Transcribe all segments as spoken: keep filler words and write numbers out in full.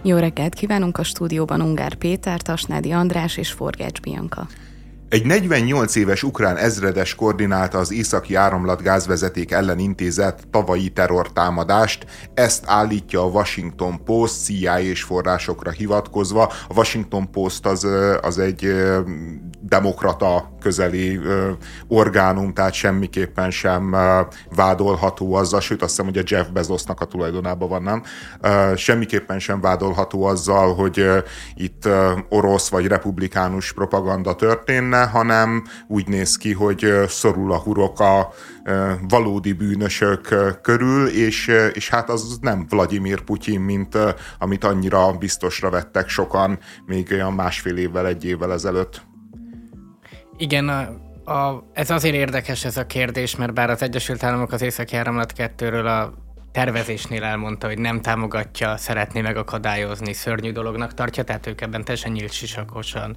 Jó reggelt kívánunk, a stúdióban Ungár Péter, Tasnádi András és Forgács Bianka. Egy negyvennyolc éves ukrán ezredes koordinálta az északi áramlat gázvezeték ellen intézett tavalyi terrortámadást, ezt állítja a Washington Post C I A-s forrásokra hivatkozva. A Washington Post az, az egy demokrata közeli orgánum, tehát semmiképpen sem vádolható azzal, sőt azt hiszem, hogy a Jeff Bezosnak a tulajdonában van, nem? Semmiképpen sem vádolható azzal, hogy itt orosz vagy republikánus propaganda történne, hanem úgy néz ki, hogy szorul a hurok a valódi bűnösök körül, és, és hát az nem Vladimir Putyin, mint amit annyira biztosra vettek sokan még olyan másfél évvel, egy évvel ezelőtt. Igen, a, a, ez azért érdekes ez a kérdés, mert bár az Egyesült Államok az északi áramlat kettőről a tervezésnél elmondta, hogy nem támogatja, szeretné megakadályozni, szörnyű dolognak tartja, tehát ők ebben teljesen nyílt sisakosan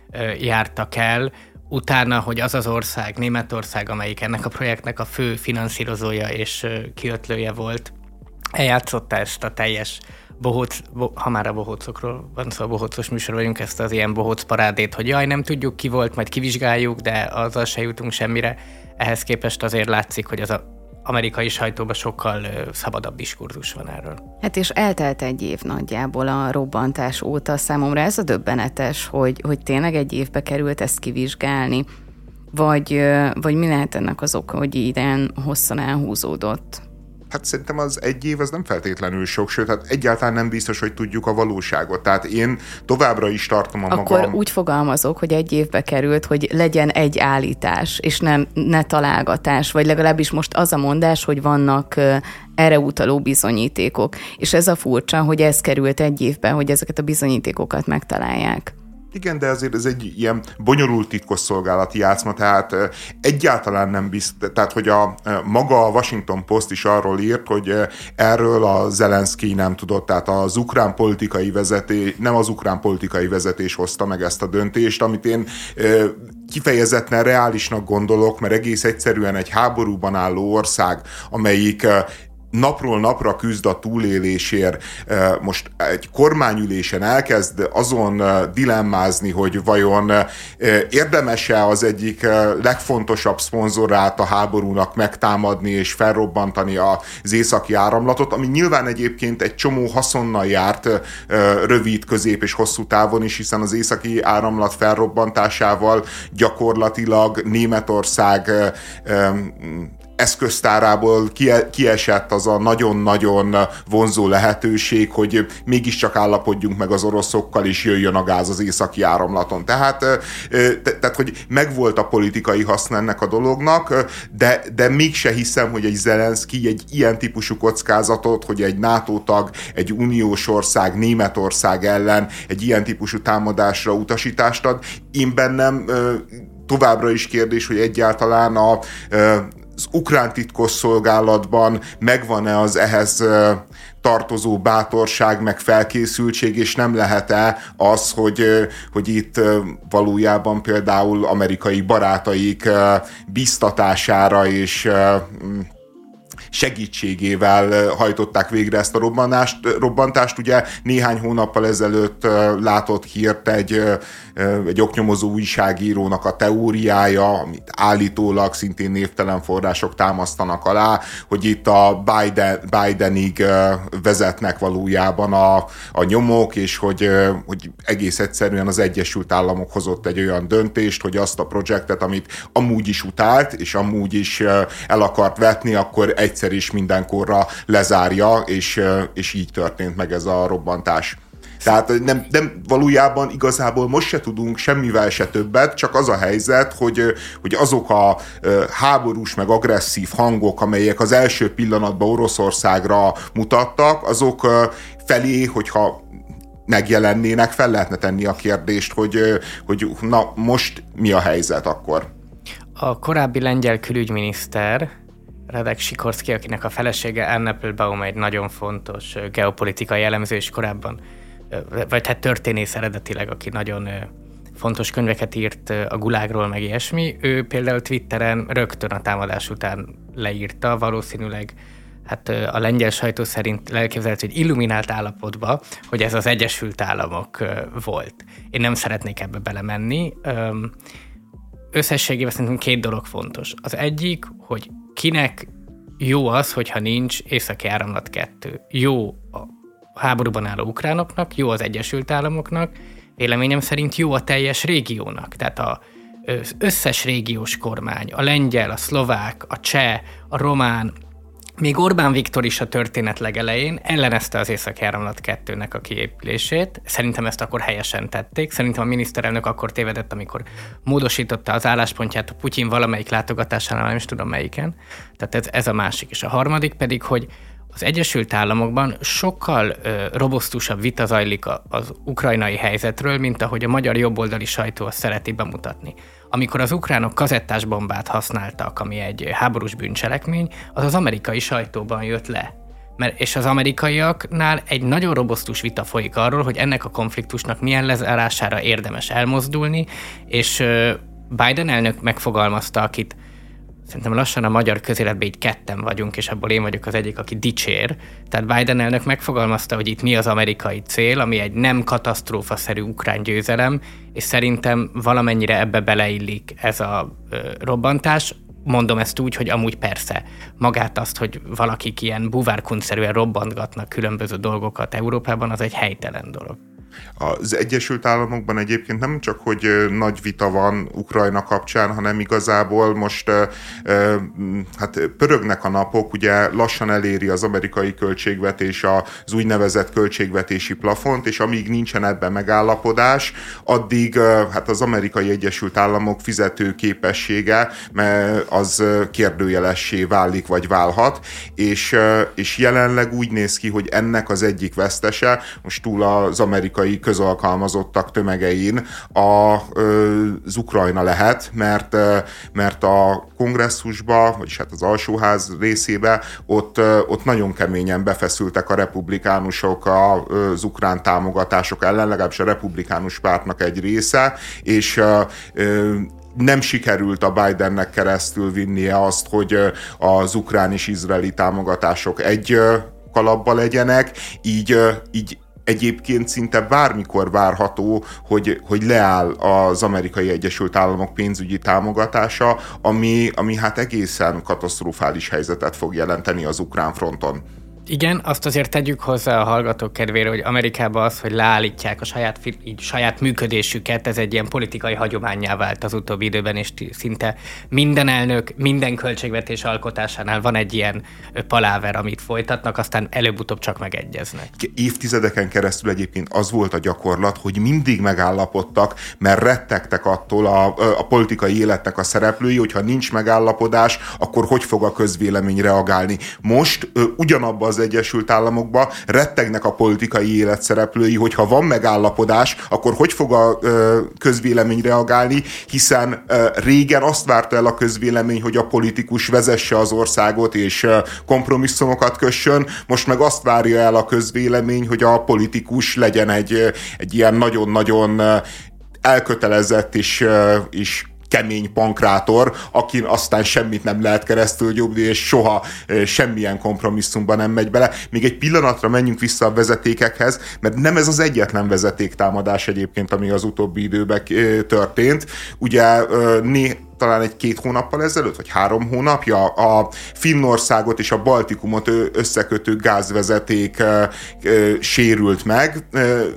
jártak el. Utána, hogy az az ország, Németország, amelyik ennek a projektnek a fő finanszírozója és kiötlője volt, eljátszotta ezt a teljes bohóc, bo, ha már a bohócokról van szó, a bohócos műsor vagyunk, ezt az ilyen bohóc parádét, hogy jaj, nem tudjuk ki volt, majd kivizsgáljuk, de azzal se jutunk semmire. Ehhez képest azért látszik, hogy az a amerikai sajtóban sokkal uh, szabadabb diskurzus van erről. Hát és eltelt egy év nagyjából a robbantás óta. Számomra ez a döbbenetes, hogy, hogy tényleg egy évbe került ezt kivizsgálni, vagy, uh, vagy mi lehet ennek az oka, hogy ilyen hosszan elhúzódott? Hát szerintem az egy év az nem feltétlenül sok, sőt, hát egyáltalán nem biztos, hogy tudjuk a valóságot. Tehát én továbbra is tartom a Akkor magam... úgy fogalmazok, hogy egy évbe került, hogy legyen egy állítás, és nem, ne találgatás, vagy legalábbis most az a mondás, hogy vannak erre utaló bizonyítékok. És ez a furcsa, hogy ez került egy évbe, hogy ezeket a bizonyítékokat megtalálják. Igen, de azért ez egy ilyen bonyolult titkosszolgálati játszma, tehát egyáltalán nem biztos, tehát hogy a maga a Washington Post is arról írt, hogy erről a Zelenszkij nem tudott, tehát az ukrán politikai vezetés, nem az ukrán politikai vezetés hozta meg ezt a döntést, amit én kifejezetten reálisnak gondolok, mert egész egyszerűen egy háborúban álló ország, amelyik napról napra küzd a túlélésért, most egy kormányülésen elkezd azon dilemmázni, hogy vajon érdemes-e az egyik legfontosabb szponzorát a háborúnak megtámadni és felrobbantani az északi áramlatot, ami nyilván egyébként egy csomó haszonnal járt rövid, közép és hosszú távon is, hiszen az északi áramlat felrobbantásával gyakorlatilag Németország eszköztárából kiesett az a nagyon-nagyon vonzó lehetőség, hogy mégiscsak állapodjunk meg az oroszokkal, és jöjjön a gáz az északi áramlaton. Tehát, te, tehát hogy megvolt a politikai haszna ennek a dolognak, de, de mégse hiszem, hogy egy Zelenszkij egy ilyen típusú kockázatot, hogy egy NATO tag, egy uniós ország, Németország ellen egy ilyen típusú támadásra utasítást ad. Én bennem továbbra is kérdés, hogy egyáltalán a az ukrán titkosszolgálatban megvan-e az ehhez tartozó bátorság, meg felkészültség, és nem lehet-e az, hogy, hogy itt valójában például amerikai barátaik biztatására és segítségével hajtották végre ezt a robbanást, robbantást. Ugye néhány hónappal ezelőtt látott hírt egy, egy oknyomozó újságírónak a teóriája, amit állítólag szintén névtelen források támasztanak alá, hogy itt a Biden, Bidenig vezetnek valójában a, a nyomok, és hogy, hogy egész egyszerűen az Egyesült Államok hozott egy olyan döntést, hogy azt a projektet, amit amúgy is utált, és amúgy is el akart vetni, akkor egyszer is mindenkorra lezárja, és, és így történt meg ez a robbantás. Tehát nem, nem, valójában igazából most se tudunk semmivel se többet, csak az a helyzet, hogy, hogy azok a háborús meg agresszív hangok, amelyek az első pillanatban Oroszországra mutattak, azok felé, hogyha megjelennének, fel lehetne tenni a kérdést, hogy, hogy na most mi a helyzet akkor? A korábbi lengyel külügyminiszter, Radek Sikorszky, akinek a felesége Anne Applebaum egy nagyon fontos geopolitikai elemző, és korábban, vagy hát történész eredetileg, aki nagyon fontos könyveket írt a Gulágról, meg ilyesmi. Ő például Twitteren rögtön a támadás után leírta, valószínűleg hát a lengyel sajtó szerint elképzelhető, hogy illuminált állapotba, hogy ez az Egyesült Államok volt. Én nem szeretnék ebbe belemenni. Összességében szerintem két dolog fontos. Az egyik, hogy kinek jó az, hogyha nincs északi áramlat kettő. Jó a háborúban álló ukránoknak, jó az Egyesült Államoknak, véleményem szerint jó a teljes régiónak. Tehát az összes régiós kormány, a lengyel, a szlovák, a cseh, a román, még Orbán Viktor is a történet legelején ellenezte az északi áramlat kettőnek a kiépülését. Szerintem ezt akkor helyesen tették. Szerintem a miniszterelnök akkor tévedett, amikor módosította az álláspontját a Putyin valamelyik látogatásánál, nem is tudom melyiken. Tehát ez, ez a másik. És a harmadik pedig, hogy az Egyesült Államokban sokkal ö, robosztusabb vita zajlik az ukrajnai helyzetről, mint ahogy a magyar jobboldali sajtó azt szereti bemutatni. Amikor az ukránok kazettás bombát használtak, ami egy háborús bűncselekmény, az az amerikai sajtóban jött le. Mert, és az amerikaiaknál egy nagyon robosztus vita folyik arról, hogy ennek a konfliktusnak milyen lezárására érdemes elmozdulni, és ö, Biden elnök megfogalmazta, akit szerintem lassan a magyar közéletben így ketten vagyunk, és abból én vagyok az egyik, aki dicsér. Tehát Biden elnök megfogalmazta, hogy itt mi az amerikai cél, ami egy nem katasztrófaszerű ukrán győzelem, és szerintem valamennyire ebbe beleillik ez a ö, robbantás. Mondom ezt úgy, hogy amúgy persze magát azt, hogy valakik ilyen buvárkuncszerűen robbantgatnak különböző dolgokat Európában, az egy helytelen dolog. Az Egyesült Államokban egyébként nem csak, hogy nagy vita van Ukrajna kapcsán, hanem igazából most hát pörögnek a napok, ugye lassan eléri az amerikai költségvetés az úgynevezett költségvetési plafont, és amíg nincsen ebben megállapodás, addig hát az amerikai Egyesült Államok fizető képessége az kérdőjelessé válik, vagy válhat, és, és jelenleg úgy néz ki, hogy ennek az egyik vesztese, most túl az amerikai közalkalmazottak tömegein a, az Ukrajna lehet, mert, mert a kongresszusba, vagyis hát az alsóház részébe ott, ott nagyon keményen befeszültek a republikánusok az ukrán támogatások ellen, legalábbis a republikánus pártnak egy része, és nem sikerült a Bidennek keresztül vinnie azt, hogy az ukrán és izraeli támogatások egy kalapba legyenek, így, így egyébként szinte bármikor várható, hogy, hogy leáll az Amerikai Egyesült Államok pénzügyi támogatása, ami, ami hát egészen katasztrofális helyzetet fog jelenteni az ukrán fronton. Igen, azt azért tegyük hozzá a hallgatók kedvére, hogy Amerikában az, hogy leállítják a saját, így, saját működésüket, ez egy ilyen politikai hagyománnyá vált az utóbbi időben, és szinte minden elnök, minden költségvetés alkotásánál van egy ilyen paláver, amit folytatnak, aztán előbb-utóbb csak megegyeznek. Évtizedeken keresztül egyébként az volt a gyakorlat, hogy mindig megállapodtak, mert rettegtek attól a, a politikai életnek a szereplői, hogyha nincs megállapodás, akkor hogy fog a közvélemény reagálni. Most ugyanabban az Egyesült Államokban rettegnek a politikai élet szereplői, hogyha van megállapodás, akkor hogy fog a közvélemény reagálni, hiszen régen azt várta el a közvélemény, hogy a politikus vezesse az országot és kompromisszumokat kössön, most meg azt várja el a közvélemény, hogy a politikus legyen egy, egy ilyen nagyon-nagyon elkötelezett és, és kemény pankrátor, akin aztán semmit nem lehet keresztül nyomni, és soha semmilyen kompromisszumba nem megy bele. Még egy pillanatra menjünk vissza a vezetékekhez, mert nem ez az egyetlen vezetéktámadás egyébként, ami az utóbbi időben történt. Ugye né talán egy-két hónappal ezelőtt, vagy három hónapja a Finnországot és a Baltikumot összekötő gázvezeték sérült meg.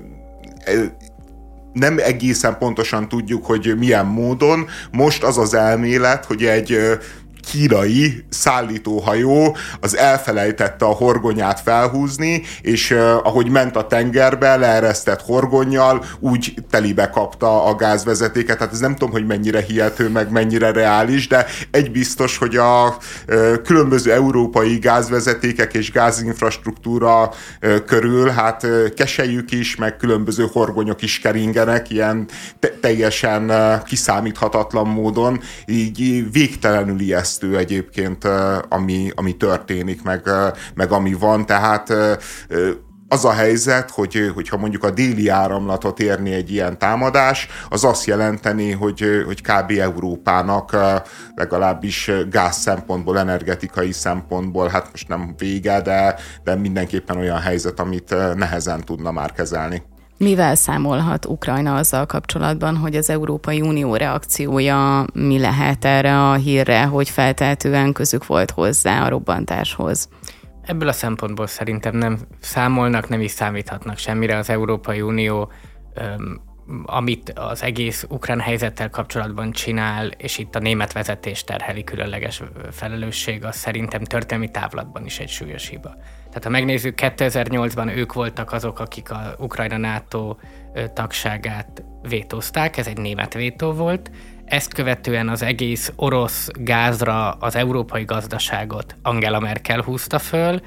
Nem egészen pontosan tudjuk, hogy milyen módon. Most az az elmélet, hogy egy kínai szállítóhajó az elfelejtette a horgonyát felhúzni, és uh, ahogy ment a tengerbe, leeresztett horgonnyal, úgy telibe kapta a gázvezetéket. Tehát ez nem tudom, hogy mennyire hihető, meg mennyire reális, de egy biztos, hogy a uh, különböző európai gázvezetékek és gázinfrastruktúra uh, körül, hát uh, keselyük is, meg különböző horgonyok is keringenek, ilyen te- teljesen uh, kiszámíthatatlan módon, így végtelenül ijesztő egyébként, ami, ami történik, meg, meg ami van, tehát az a helyzet, hogy, hogyha mondjuk a déli áramlatot érni egy ilyen támadás, az azt jelenteni, hogy, hogy kb. Európának legalábbis gáz szempontból, energetikai szempontból, hát most nem vége, de, de mindenképpen olyan helyzet, amit nehezen tudna már kezelni. Mivel számolhat Ukrajna azzal kapcsolatban, hogy az Európai Unió reakciója mi lehet erre a hírre, hogy feltehetően közük volt hozzá a robbantáshoz? Ebből a szempontból szerintem nem számolnak, nem is számíthatnak semmire. Az Európai Unió, öm, amit az egész ukrán helyzettel kapcsolatban csinál, és itt a német vezetés terheli különleges felelősség, az szerintem történelmi távlatban is egy súlyos hiba. Tehát ha megnézzük, kétezer-nyolcban ők voltak azok, akik a Ukrajna NATO tagságát vétózták, ez egy német vétó volt. Ezt követően az egész orosz gázra az európai gazdaságot Angela Merkel húzta föl.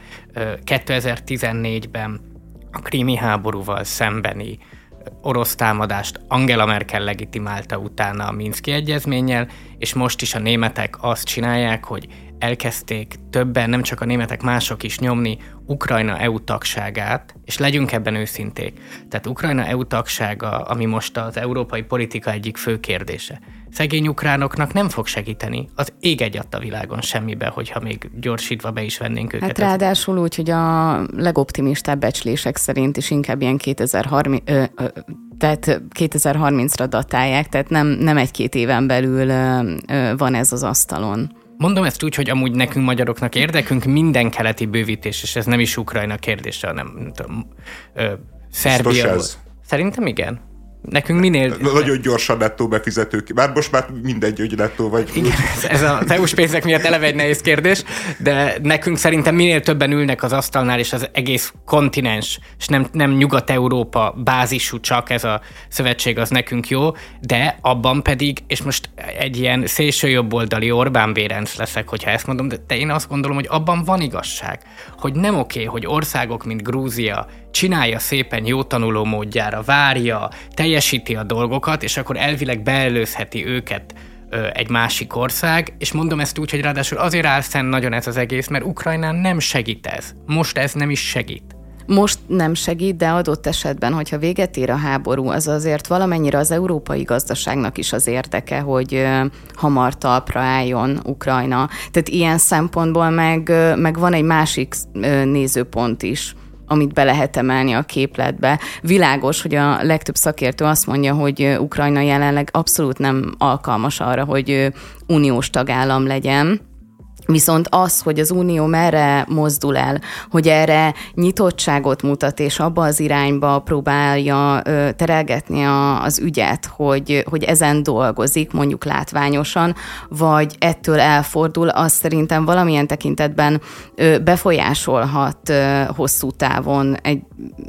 kétezer-tizennégyben a krími háborúval szembeni orosz támadást Angela Merkel legitimálta utána a Minszki egyezménnyel, és most is a németek azt csinálják, hogy elkezdték többen, nem csak a németek, mások is nyomni Ukrajna é u tagságát, és legyünk ebben őszinték. Tehát Ukrajna é u tagsága, ami most az európai politika egyik fő kérdése. Szegény ukránoknak nem fog segíteni az ég egyatt a világon semmibe, hogyha még gyorsítva be is vennénk őket. Hát ráadásul úgy, hogy a legoptimistább becslések szerint is inkább ilyen kétezer-harminc, ö, ö, tehát kétezer-harmincra datálják, tehát nem, nem egy-két éven belül ö, ö, van ez az asztalon. Mondom ezt úgy, hogy amúgy nekünk magyaroknak érdekünk minden keleti bővítés, és ez nem is Ukrajna kérdése, hanem nem tudom, ö, Szerbia. Szerintem igen. Nekünk minél... Nagyon gyorsan nettó befizetők. Bár most már mindegy, hogy nettó vagy. Igen, ez az é u-s pénzek miatt eleve egy nehéz kérdés, de nekünk szerintem minél többen ülnek az asztalnál, és az egész kontinens, és nem, nem Nyugat-Európa bázisú csak ez a szövetség, az nekünk jó, de abban pedig, és most egy ilyen szélső jobboldali Orbán Bérenc leszek, hogyha ezt mondom, de én azt gondolom, hogy abban van igazság, hogy nem oké, hogy országok, mint Grúzia, csinálja szépen jó tanuló módjára, várja, teljesíti a dolgokat, és akkor elvileg beelőzheti őket ö, egy másik ország, és mondom ezt úgy, hogy ráadásul azért áll fenn nagyon ez az egész, mert Ukrajnán nem segít ez. Most ez nem is segít. Most nem segít, de adott esetben, hogyha véget ér a háború, az azért valamennyire az európai gazdaságnak is az érdeke, hogy ö, hamar talpra álljon Ukrajna. Tehát ilyen szempontból meg, ö, meg van egy másik ö, nézőpont is, amit be lehet emelni a képletbe. Világos, hogy a legtöbb szakértő azt mondja, hogy Ukrajna jelenleg abszolút nem alkalmas arra, hogy uniós tagállam legyen. Viszont az, hogy az Unió merre mozdul el, hogy erre nyitottságot mutat, és abba az irányba próbálja ö, terelgetni a, az ügyet, hogy, hogy ezen dolgozik, mondjuk látványosan, vagy ettől elfordul, az szerintem valamilyen tekintetben ö, befolyásolhat ö, hosszú távon egy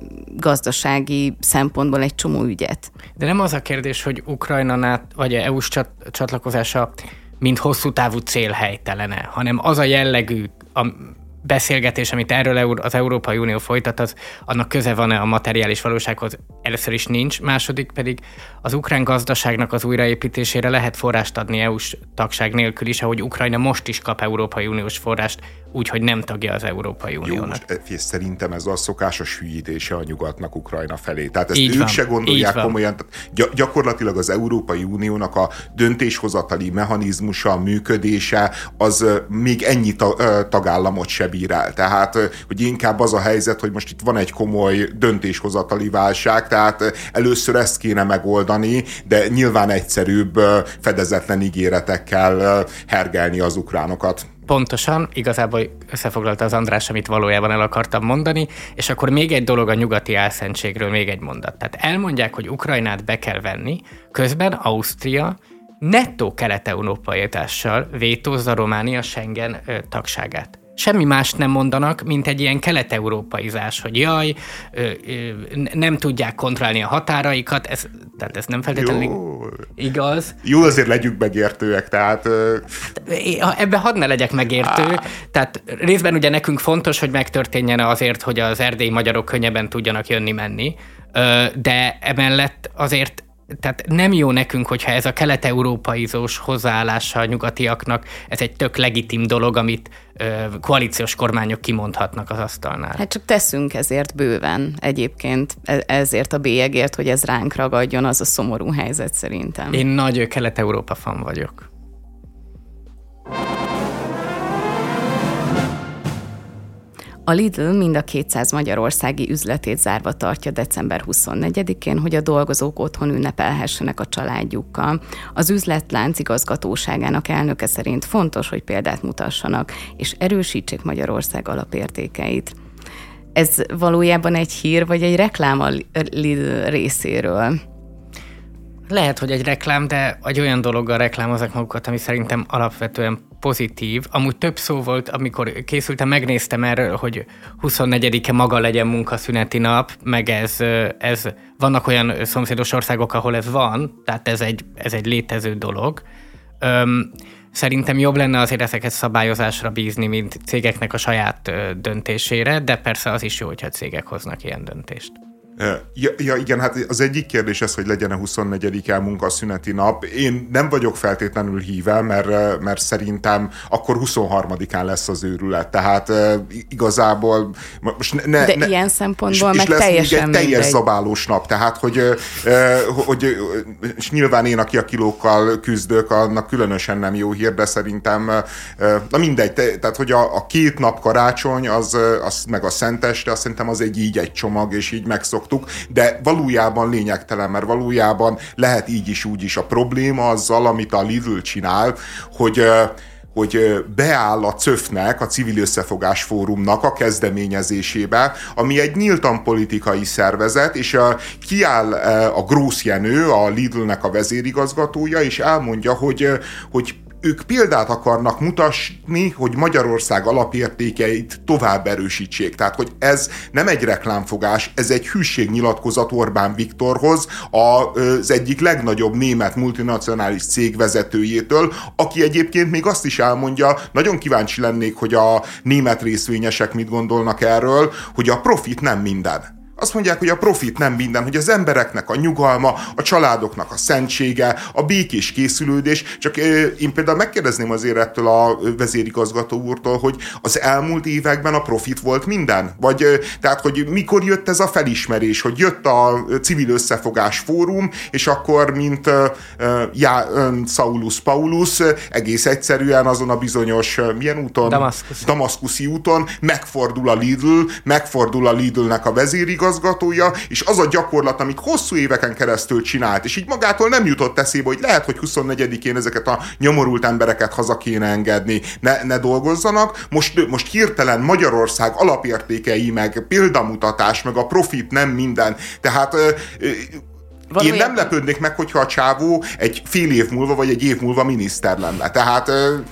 gazdasági szempontból egy csomó ügyet. De nem az a kérdés, hogy Ukrajna vagy é u-s csat, csatlakozása mint hosszú távú cél helytelene, hanem az a jellegű a beszélgetés, amit erről az Európai Unió folytat, az, annak köze van-e a materiális valósághoz? Először is nincs, második pedig az ukrán gazdaságnak az újraépítésére lehet forrást adni é u-s tagság nélkül is, ahogy Ukrajna most is kap Európai Uniós forrást, úgyhogy nem tagja az Európai Uniónak. Jó, most szerintem ez a szokásos hűítése a nyugatnak Ukrajna felé. Tehát ezt így ők van, se gondolják komolyan. Gy- gyakorlatilag az Európai Uniónak a döntéshozatali mechanizmusa, működése, az még ennyi ta- tagállamot se bír el. Tehát, hogy inkább az a helyzet, hogy most itt van egy komoly döntéshozatali válság, tehát először ezt kéne megoldani, de nyilván egyszerűbb fedezetlen ígéretekkel hergelni az ukránokat. Pontosan, igazából összefoglalta az András, amit valójában el akartam mondani, és akkor még egy dolog a nyugati álszentségről, még egy mondat. Tehát elmondják, hogy Ukrajnát be kell venni, közben Ausztria nettó kelet-európaitással vétózza Románia Schengen ö, tagságát. Semmi mást nem mondanak, mint egy ilyen kelet-európaizás, hogy jaj, ö, ö, nem tudják kontrollálni a határaikat, ez, tehát ez nem feltétlenül Jó. igaz. Jó, azért legyünk megértőek, tehát... Ö... Ebben hadd ne legyek megértő, ah. tehát részben ugye nekünk fontos, hogy megtörténjen azért, hogy az erdélyi magyarok könnyebben tudjanak jönni-menni, de emellett azért tehát nem jó nekünk, hogyha ez a kelet-európaizós hozzáállása a nyugatiaknak, ez egy tök legitim dolog, amit ö, koalíciós kormányok kimondhatnak az asztalnál. Hát csak teszünk ezért bőven egyébként, ezért a bélyegért, hogy ez ránk ragadjon, az a szomorú helyzet szerintem. Én nagy Kelet-Európa fan vagyok. A Lidl mind a kétszáz magyarországi üzletét zárva tartja december huszonnegyedikén, hogy a dolgozók otthon ünnepelhessenek a családjukkal. Az üzletlánc igazgatóságának elnöke szerint fontos, hogy példát mutassanak, és erősítsék Magyarország alapértékeit. Ez valójában egy hír, vagy egy reklám a Lidl részéről? Lehet, hogy egy reklám, de egy olyan dologgal reklámozzák magukat, ami szerintem alapvetően pozitív. Amúgy több szó volt, amikor készültem, megnéztem erről, hogy huszonnegyedike maga legyen munkaszüneti nap, meg ez, ez vannak olyan szomszédos országok, ahol ez van, tehát ez egy, ez egy létező dolog. Öm, Szerintem jobb lenne azért ezeket szabályozásra bízni, mint cégeknek a saját döntésére, de persze az is jó, hogyha cégek hoznak ilyen döntést. Ja, ja, igen, hát az egyik kérdés ez, hogy legyen a huszonnegyedike munkaszüneti nap. Én nem vagyok feltétlenül híve, mert, mert szerintem akkor huszonharmadikán lesz az őrület. Tehát igazából most ne, De ne, ilyen szempontból és, meg és lesz teljesen még egy teljes mindegy. zabálós nap. Tehát, hogy, hogy és nyilván én, aki a kilókkal küzdök, annak különösen nem jó hír, de szerintem na mindegy, tehát, hogy a, a két nap karácsony, az, az meg a szenteste, azt szerintem az egy így egy csomag, és így megszoktuk, de valójában lényegtelen, mert valójában lehet így is, úgy is. A probléma azzal, amit a Lidl csinál, hogy hogy beáll a cöfnek, a Civil Összefogás Fórumnak a kezdeményezésébe, ami egy nyíltan politikai szervezet, és kiáll a Grósz Jenő, a Lidlnek a vezérigazgatója, és elmondja, hogy, hogy ők példát akarnak mutatni, hogy Magyarország alapértékeit tovább erősítsék. Tehát, hogy ez nem egy reklámfogás, ez egy hűségnyilatkozat Orbán Viktorhoz, az egyik legnagyobb német multinacionális cég vezetőjétől, aki egyébként még azt is elmondja, nagyon kíváncsi lennék, hogy a német részvényesek mit gondolnak erről, hogy a profit nem minden. Azt mondják, hogy a profit nem minden, hogy az embereknek a nyugalma, a családoknak a szentsége, a békés készülődés. Csak én például megkérdezném azért ettől a vezérigazgató úrtól, hogy az elmúlt években a profit volt minden? Vagy tehát, hogy mikor jött ez a felismerés, hogy jött a Civil Összefogás Fórum, és akkor, mint uh, já, um, Saulus Paulus, egész egyszerűen azon a bizonyos, milyen úton? Damaszkusz. Damaszkuszi úton megfordul a Lidl, megfordul a Lidlnek a vezérigazgató, igazgatója, és az a gyakorlat, amit hosszú éveken keresztül csinált, és így magától nem jutott eszébe, hogy lehet, hogy huszonnegyedikén ezeket a nyomorult embereket haza kéne engedni, ne, ne dolgozzanak. Most, most hirtelen Magyarország alapértékei, meg példamutatás, meg a profit nem minden. Tehát Valójában... én nem lepődnék meg, hogyha a csávó egy fél év múlva, vagy egy év múlva miniszter lenne. Tehát...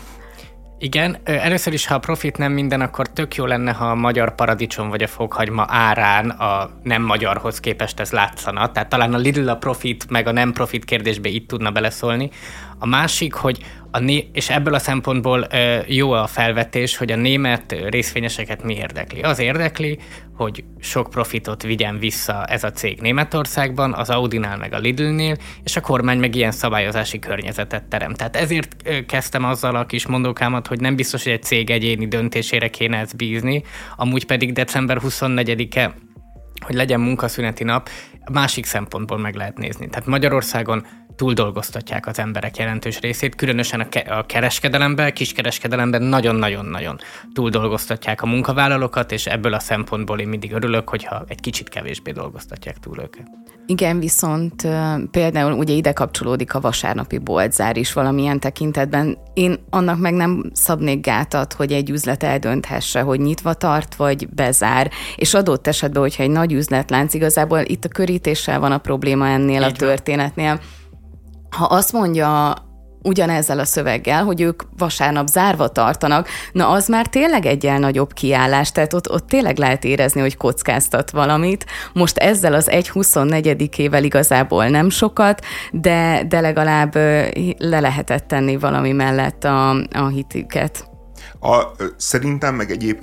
Igen, először is, ha a profit nem minden, akkor tök jó lenne, ha a magyar paradicsom vagy a fokhagyma árán a nem magyarhoz képest ez látszana. Tehát talán a Lidl a profit meg a nem profit kérdésbe itt tudna beleszólni. A másik, hogy a né- és ebből a szempontból ö, jó a felvetés, hogy a német részvényeseket mi érdekli. Az érdekli, hogy sok profitot vigyen vissza ez a cég Németországban, az Audinál meg a Lidlnél, és a kormány meg ilyen szabályozási környezetet terem. Tehát ezért ö, kezdtem azzal a kis mondókámat, hogy nem biztos, hogy egy cég egyéni döntésére kéne ezt bízni, amúgy pedig december huszonnegyedike, hogy legyen munkaszüneti nap, másik szempontból meg lehet nézni. Tehát Magyarországon túldolgoztatják az emberek jelentős részét, különösen a, ke- a kereskedelemben, kiskereskedelemben nagyon-nagyon-nagyon túldolgoztatják a munkavállalókat, és ebből a szempontból én mindig örülök, hogyha egy kicsit kevésbé dolgoztatják túl őket. Igen, viszont például ugye ide kapcsolódik a vasárnapi boltzár is valamilyen tekintetben. Én annak meg nem szabnék gátat, hogy egy üzlet eldönthesse, hogy nyitva tart, vagy bezár. És adott esetben, hogyha egy nagy üzletlánc, igazából itt a körítéssel van a probléma ennél Így a történetnél. Van. Ha azt mondja ugyanezzel a szöveggel, hogy ők vasárnap zárva tartanak, na az már tényleg egyel nagyobb kiállás, tehát ott, ott tényleg lehet érezni, hogy kockáztat valamit. Most ezzel az egy huszonnegyedikével igazából nem sokat, de, de legalább le lehetett tenni valami mellett a, a hitüket. A, szerintem meg egyébként a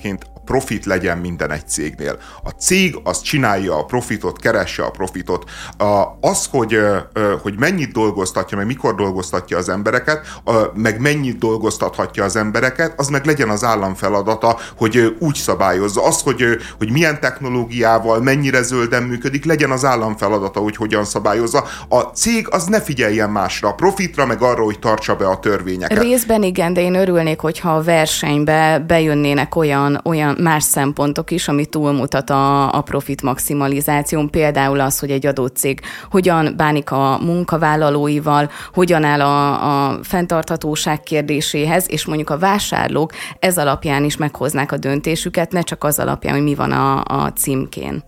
profit legyen minden egy cégnél. A cég az csinálja a profitot, keresse a profitot. Az, hogy, hogy mennyit dolgoztatja, meg mikor dolgoztatja az embereket, meg mennyit dolgoztathatja az embereket, az meg legyen az állam feladata, hogy úgy szabályozza. Az, hogy, hogy milyen technológiával, mennyire zölden működik, legyen az állam feladata, hogy hogyan szabályozza. A cég az ne figyeljen másra, a profitra, meg arra, hogy tartsa be a törvényeket. Részben igen, de én örülnék, hogyha a versenybe bejönnének olyan, olyan más szempontok is, ami túlmutat a, a profit maximalizáción. Például az, hogy egy adott cég hogyan bánik a munkavállalóival, hogyan áll a, a fenntarthatóság kérdéséhez, és mondjuk a vásárlók ez alapján is meghoznák a döntésüket, ne csak az alapján, hogy mi van a, a címkén.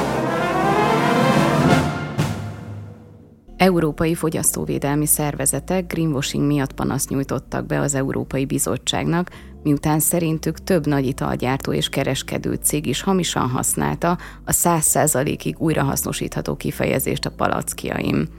Európai fogyasztóvédelmi szervezetek greenwashing miatt panaszt nyújtottak be az Európai Bizottságnak, miután szerintük több nagy italgyártó és kereskedő cég is hamisan használta a száz százalékig újrahasznosítható kifejezést a palackjaim.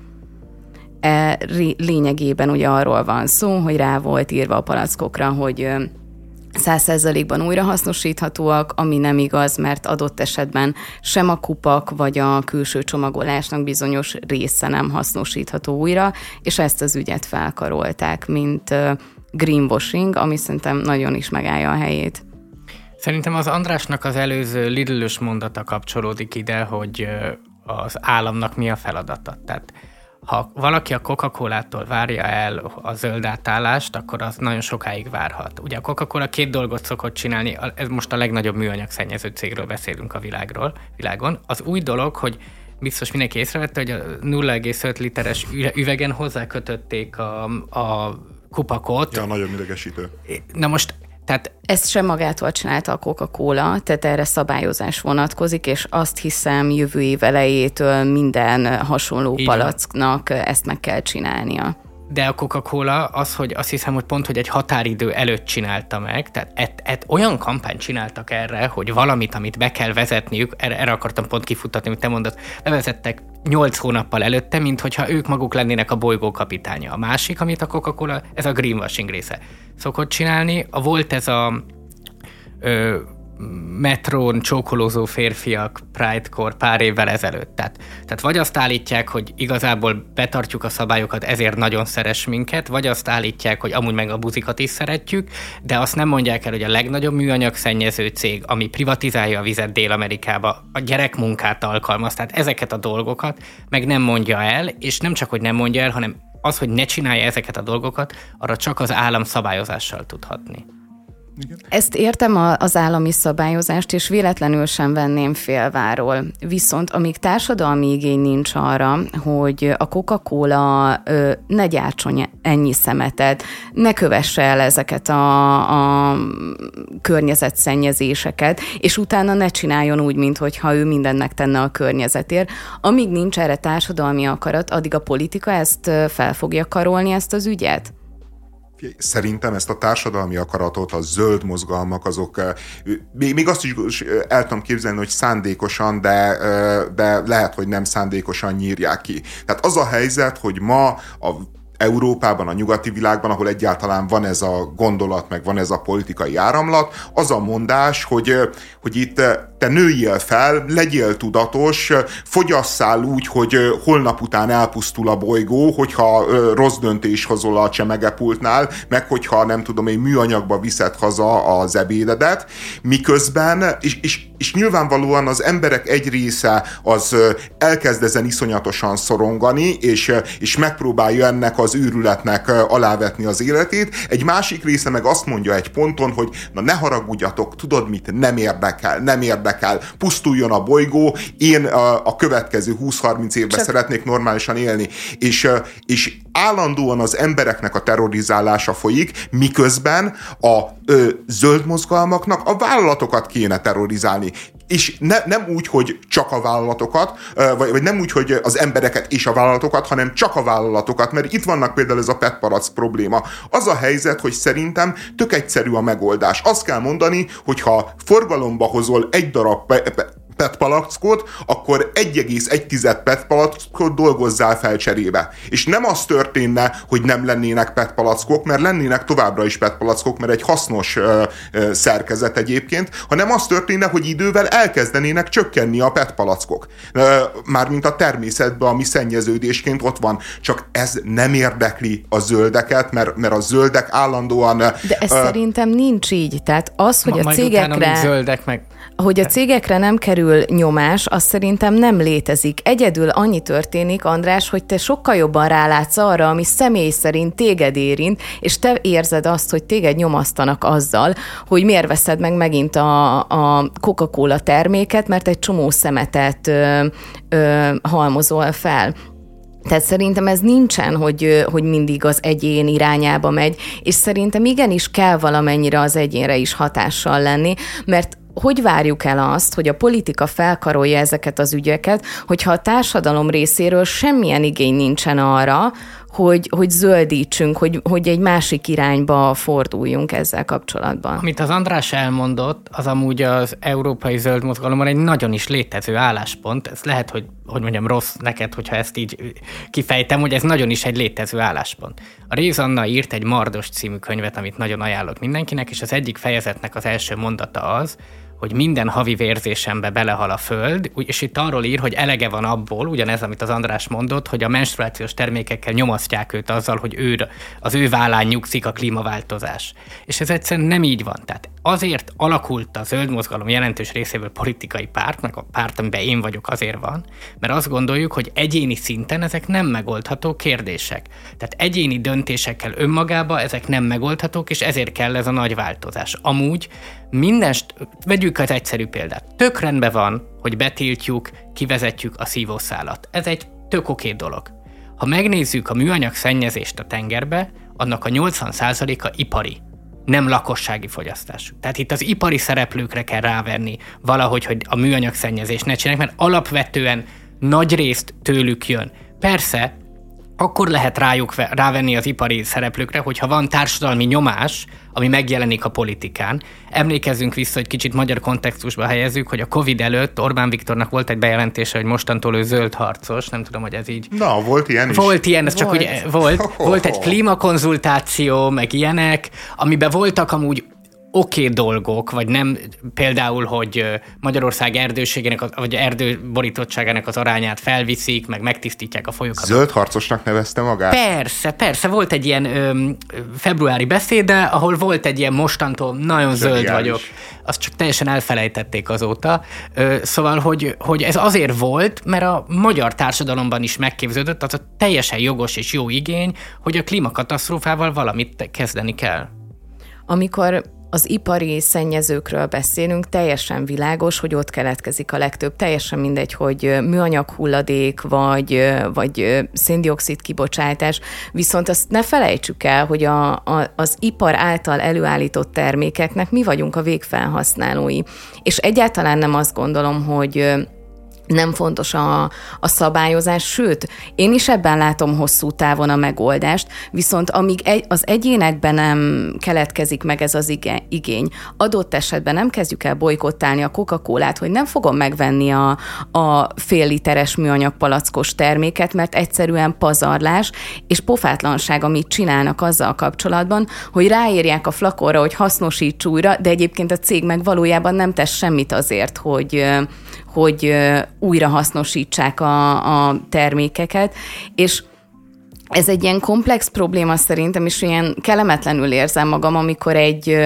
E, lényegében ugye arról van szó, hogy rá volt írva a palackokra, hogy száz százalékban újrahasznosíthatóak, ami nem igaz, mert adott esetben sem a kupak vagy a külső csomagolásnak bizonyos része nem hasznosítható újra, és ezt az ügyet felkarolták, mint greenwashing, ami szerintem nagyon is megállja a helyét. Szerintem az Andrásnak az előző Lidl-ös mondata kapcsolódik ide, hogy az államnak mi a feladata. Tehát ha valaki a Coca-Colától várja el a zöld átállást, akkor az nagyon sokáig várhat. Ugye a Coca-Cola két dolgot szokott csinálni, ez most a legnagyobb műanyag szennyező cégről beszélünk a világról, világon. Az új dolog, hogy biztos mindenki észrevette, hogy a nulla egész öt literes üvegen hozzákötötték a, a kupakot. Ja, nagyon idegesítő. Na most Tehát ezt sem magától csinálta a Coca-Cola, tehát erre szabályozás vonatkozik, és azt hiszem jövő év elejétől minden hasonló így palacknak van. Ezt meg kell csinálnia. De a Coca-Cola az, hogy azt hiszem, hogy pont, hogy egy határidő előtt csinálta meg, tehát et, et olyan kampányt csináltak erre, hogy valamit, amit be kell vezetniük, erre, erre akartam pont kifutatni, amit te mondod, bevezettek nyolc hónappal előtte, mint hogyha ők maguk lennének a bolygó kapitánya. A másik, amit a Coca-Cola, ez a greenwashing része szokott csinálni. A volt ez a ö, metrón csókolózó férfiak Pride-kor pár évvel ezelőtt. Tehát, tehát vagy azt állítják, hogy igazából betartjuk a szabályokat, ezért nagyon szeres minket, vagy azt állítják, hogy amúgy meg a buzikat is szeretjük, de azt nem mondják el, hogy a legnagyobb műanyag szennyező cég, ami privatizálja a vizet Dél-Amerikába, a gyerekmunkát alkalmaz, tehát ezeket a dolgokat meg nem mondja el, és nem csak, hogy nem mondja el, hanem az, hogy ne csinálja ezeket a dolgokat, arra csak az állam szabályozással tud hatni. Igen. Ezt értem az állami szabályozást, és véletlenül sem venném félváról. Viszont amíg társadalmi igény nincs arra, hogy a Coca-Cola ö, ne gyártson ennyi szemetet, ne kövesse el ezeket a, a környezetszennyezéseket, és utána ne csináljon úgy, mintha ő mindennek tenne a környezetért. Amíg nincs erre társadalmi akarat, addig a politika ezt fel fogja karolni, ezt az ügyet? Szerintem ezt a társadalmi akaratot, a zöld mozgalmak, azok még, még azt is el tudom képzelni, hogy szándékosan, de, de lehet, hogy nem szándékosan nyírják ki. Tehát az a helyzet, hogy ma a Európában, a nyugati világban, ahol egyáltalán van ez a gondolat, meg van ez a politikai áramlat, az a mondás, hogy, hogy itt te nőjél fel, legyél tudatos, fogyasszál úgy, hogy holnap után elpusztul a bolygó, hogyha rossz döntés hozol a csemegepultnál, meg hogyha nem tudom én műanyagba viszed haza az ebédedet, miközben, és, és, és nyilvánvalóan az emberek egy része az elkezd ezen iszonyatosan szorongani, és, és megpróbálja ennek az őrületnek alávetni az életét, egy másik része meg azt mondja egy ponton, hogy na ne haragudjatok, tudod mit, nem érdekel, nem érdekel, pusztuljon a bolygó, én a, a következő húsz-harminc évben Csak... szeretnék normálisan élni. És, és állandóan az embereknek a terrorizálása folyik, miközben a ö, zöld mozgalmaknak a vállalatokat kéne terrorizálni. És ne, nem úgy, hogy csak a vállalatokat, vagy, vagy nem úgy, hogy az embereket és a vállalatokat, hanem csak a vállalatokat, mert itt vannak például ez a pé e té palack probléma. Az a helyzet, hogy szerintem tök egyszerű a megoldás. Azt kell mondani, hogy ha forgalomba hozol egy darab pé é té palackot, akkor egy egész egy pé é té palackot dolgozzál fel cserébe. És nem az történne, hogy nem lennének pé é té palackok, mert lennének továbbra is pé é té palackok, mert egy hasznos ö, ö, szerkezet egyébként, hanem az történne, hogy idővel elkezdenének csökkenni a pé é té palackok. Mármint a természetben, ami szennyeződésként ott van. Csak ez nem érdekli a zöldeket, mert, mert a zöldek állandóan... De ez uh, szerintem nincs így. Tehát az, hogy Ma, a cégekre... Utána, zöldek meg... hogy a cégekre nem kerül nyomás, az szerintem nem létezik. Egyedül annyi történik, András, hogy te sokkal jobban rálátsz arra, ami személy szerint téged érint, és te érzed azt, hogy téged nyomasztanak azzal, hogy miért veszed meg megint a, a Coca-Cola terméket, mert egy csomó szemetet ö, ö, halmozol fel. Tehát szerintem ez nincsen, hogy, hogy mindig az egyén irányába megy, és szerintem igenis kell valamennyire az egyénre is hatással lenni, mert hogy várjuk el azt, hogy a politika felkarolja ezeket az ügyeket, hogyha a társadalom részéről semmilyen igény nincsen arra, hogy, hogy zöldítsünk, hogy, hogy egy másik irányba forduljunk ezzel kapcsolatban. Amit az András elmondott, az amúgy az Európai Zöld Mozgalomban egy nagyon is létező álláspont. Ez lehet, hogy, hogy mondjam, rossz neked, hogyha ezt így kifejtem, hogy ez nagyon is egy létező álláspont. A Réz Anna írt egy Mardos című könyvet, amit nagyon ajánlok mindenkinek, és az egyik fejezetnek az első mondata az, hogy minden havi vérzésembe belehal a föld, és itt arról ír, hogy elege van abból, ugyanez, amit az András mondott, hogy a menstruációs termékekkel nyomasztják őt azzal, hogy ő, az ő vállán nyugszik a klímaváltozás. És ez egyszerűen nem így van. Tehát azért alakult a zöld mozgalom jelentős részéből politikai párt, meg a párt, amiben én vagyok, azért van, mert azt gondoljuk, hogy egyéni szinten ezek nem megoldható kérdések. Tehát egyéni döntésekkel önmagában ezek nem megoldhatók, és ezért kell ez a nagy változás. Amúgy minden, vegyük az egyszerű példát. Tök rendben van, hogy betiltjuk, kivezetjük a szívószálat. Ez egy tök oké dolog. Ha megnézzük a műanyag szennyezést a tengerbe, annak a nyolcvan százaléka ipari, nem lakossági fogyasztású. Tehát itt az ipari szereplőkre kell rávenni valahogy, hogy a műanyag szennyezést ne csinálják, mert alapvetően nagy részt tőlük jön. Persze, akkor lehet rájuk rávenni az ipari szereplőkre, hogyha van társadalmi nyomás, ami megjelenik a politikán. Emlékezzünk vissza, hogy kicsit magyar kontextusba helyezzük, hogy a Covid előtt Orbán Viktornak volt egy bejelentése, hogy mostantól ő zöld harcos, nem tudom, hogy ez így... Na, volt ilyen is. Volt ilyen, ez csak úgy volt. Volt egy klímakonzultáció, meg ilyenek, amiben voltak amúgy oké okay dolgok, vagy nem, például, hogy Magyarország erdőségének, vagy erdőborítottságának az arányát felviszik, meg megtisztítják a folyókat. Zöld harcosnak nevezte magát? Persze, persze. Volt egy ilyen ö, februári beszéde, ahol volt egy ilyen mostantól nagyon zöld Zseniális. vagyok. Azt csak teljesen elfelejtették azóta. Ö, szóval, hogy, hogy ez azért volt, mert a magyar társadalomban is megképződött az a teljesen jogos és jó igény, hogy a klímakatasztrófával valamit kezdeni kell. Amikor az ipari szennyezőkről beszélünk, teljesen világos, hogy ott keletkezik a legtöbb. Teljesen mindegy, hogy műanyag hulladék, vagy, vagy széndioxid kibocsátás. Viszont azt ne felejtsük el, hogy a, a, az ipar által előállított termékeknek mi vagyunk a végfelhasználói. És egyáltalán nem azt gondolom, hogy nem fontos a, a szabályozás, sőt, én is ebben látom hosszú távon a megoldást, viszont amíg egy, az egyénekben nem keletkezik meg ez az igény, adott esetben nem kezdjük el bojkottálni a Coca-Colát, hogy nem fogom megvenni a, a fél literes műanyag palackos terméket, mert egyszerűen pazarlás és pofátlanság, amit csinálnak azzal kapcsolatban, hogy ráírják a flakonra, hogy hasznosíts újra, de egyébként a cég meg valójában nem tesz semmit azért, hogy hogy újra hasznosítsák a, a termékeket, és ez egy ilyen komplex probléma szerintem, és ilyen kellemetlenül érzem magam, amikor egy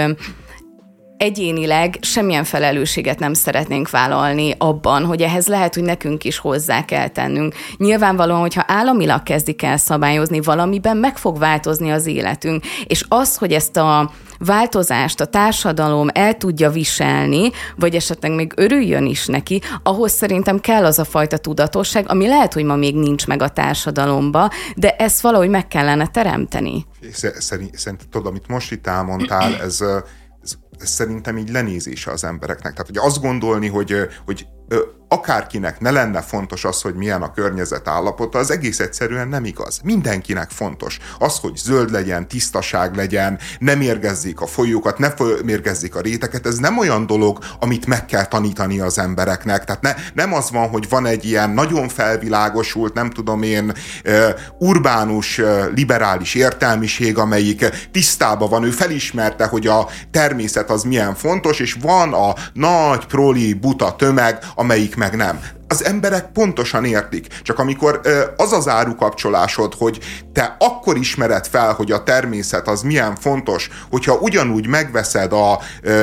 egyénileg semmilyen felelősséget nem szeretnénk vállalni abban, hogy ehhez lehet, hogy nekünk is hozzá kell tennünk. Nyilvánvalóan, hogyha államilag kezdik el szabályozni, valamiben meg fog változni az életünk, és az, hogy ezt a változást a társadalom el tudja viselni, vagy esetleg még örüljön is neki, ahhoz szerintem kell az a fajta tudatosság, ami lehet, hogy ma még nincs meg a társadalomba, de ezt valahogy meg kellene teremteni. Szerint, szerint tudod, amit most itt elmondtál, ez, ez, ez szerintem így lenézése az embereknek. Tehát, hogy azt gondolni, hogy, hogy akárkinek ne lenne fontos az, hogy milyen a környezet állapota, az egész egyszerűen nem igaz. Mindenkinek fontos az, hogy zöld legyen, tisztaság legyen, ne mérgezzék a folyókat, ne mérgezzék a réteket. Ez nem olyan dolog, amit meg kell tanítani az embereknek. Tehát ne, nem az van, hogy van egy ilyen nagyon felvilágosult, nem tudom én, urbánus, liberális értelmiség, amelyik tisztában van, ő felismerte, hogy a természet az milyen fontos, és van a nagy, proli, buta tömeg, amelyik meg nem. Az emberek pontosan értik, csak amikor az az árukapcsolásod, hogy te akkor ismered fel, hogy a természet az milyen fontos, hogyha ugyanúgy megveszed a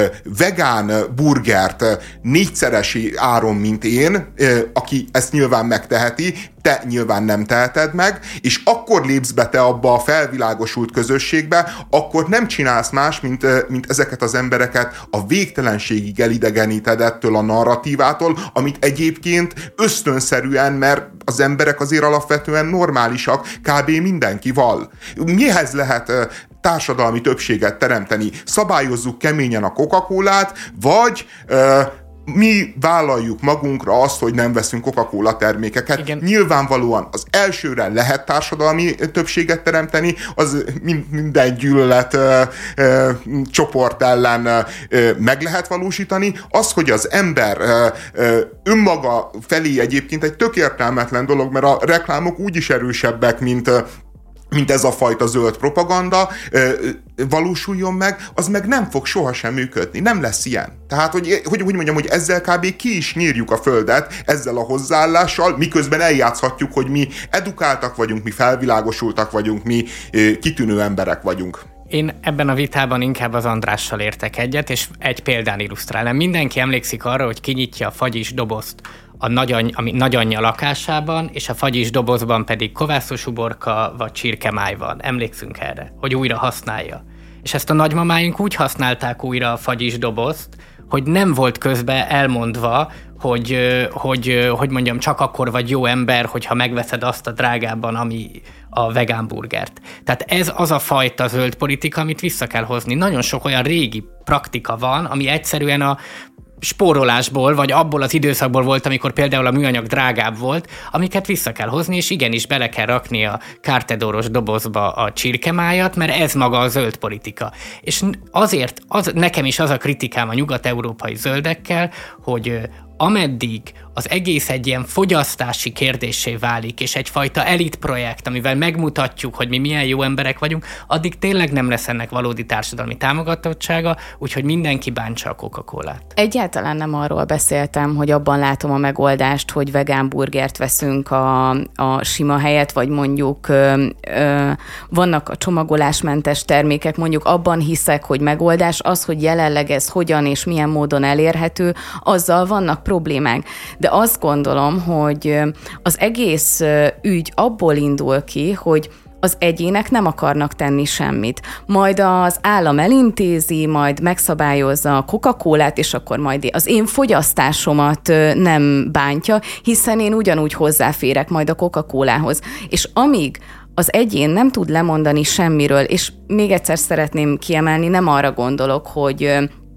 vegán burgert négyszeresi áron, mint én, aki ezt nyilván megteheti, te nyilván nem teheted meg, és akkor lépsz be te abba a felvilágosult közösségbe, akkor nem csinálsz más, mint, mint ezeket az embereket a végtelenségig elidegeníted ettől a narratívától, amit egyébként ösztönszerűen, mert az emberek azért alapvetően normálisak, kb. Mindenki val. Mihez lehet társadalmi többséget teremteni? Szabályozzuk keményen a Coca-Colát, vagy uh, mi vállaljuk magunkra azt, hogy nem veszünk Coca-Cola termékeket. Igen. Nyilvánvalóan az elsőre lehet társadalmi többséget teremteni, az minden gyűlölet ö, ö, csoport ellen ö, meg lehet valósítani. Az, hogy az ember ö, ö, önmaga felé egyébként egy tök értelmetlen dolog, mert a reklámok úgyis erősebbek, mint ö, mint ez a fajta zöld propaganda ö, valósuljon meg, az meg nem fog sohasem működni. Nem lesz ilyen. Tehát, hogy, hogy, hogy mondjam, hogy ezzel kb. Ki is nyírjuk a földet, ezzel a hozzáállással, miközben eljátszhatjuk, hogy mi edukáltak vagyunk, mi felvilágosultak vagyunk, mi ö, kitűnő emberek vagyunk. Én ebben a vitában inkább az Andrással értek egyet, és egy példán illusztrálom. Mindenki emlékszik arra, hogy kinyitja a fagyis dobozt a nagyany, ami nagyanyja lakásában, és a fagyis dobozban pedig kovászos uborka vagy csirkemáj van. Emlékszünk erre, hogy újra használja. És ezt a nagymamáink úgy használták újra a fagyis dobozt, hogy nem volt közben elmondva, hogy, hogy, hogy mondjam, csak akkor vagy jó ember, hogyha megveszed azt a drágábban, ami a vegán burgert. Tehát ez az a fajta zöld politika, amit vissza kell hozni. Nagyon sok olyan régi praktika van, ami egyszerűen a spórolásból, vagy abból az időszakból volt, amikor például a műanyag drágább volt, amiket vissza kell hozni, és igenis bele kell rakni a kártedoros dobozba a csirkemájat, mert ez maga a zöld politika. És azért, az, nekem is az a kritikám a nyugat-európai zöldekkel, hogy ameddig az egész egy ilyen fogyasztási kérdéssé válik, és egyfajta elitprojekt, amivel megmutatjuk, hogy mi milyen jó emberek vagyunk, addig tényleg nem lesz ennek valódi társadalmi támogatottsága, úgyhogy mindenki bántsa a Coca-Colát. Egyáltalán nem arról beszéltem, hogy abban látom a megoldást, hogy vegán burgert veszünk a, a sima helyet, vagy mondjuk ö, ö, vannak a csomagolásmentes termékek, mondjuk abban hiszek, hogy megoldás az, hogy jelenleg ez hogyan és milyen módon elérhető, azzal vannak problémák. De azt gondolom, hogy az egész ügy abból indul ki, hogy az egyének nem akarnak tenni semmit. Majd az állam elintézi, majd megszabályozza a Coca-Colát, és akkor majd az én fogyasztásomat nem bántja, hiszen én ugyanúgy hozzáférek majd a Coca-Colához. És amíg az egyén nem tud lemondani semmiről, és még egyszer szeretném kiemelni, nem arra gondolok, hogy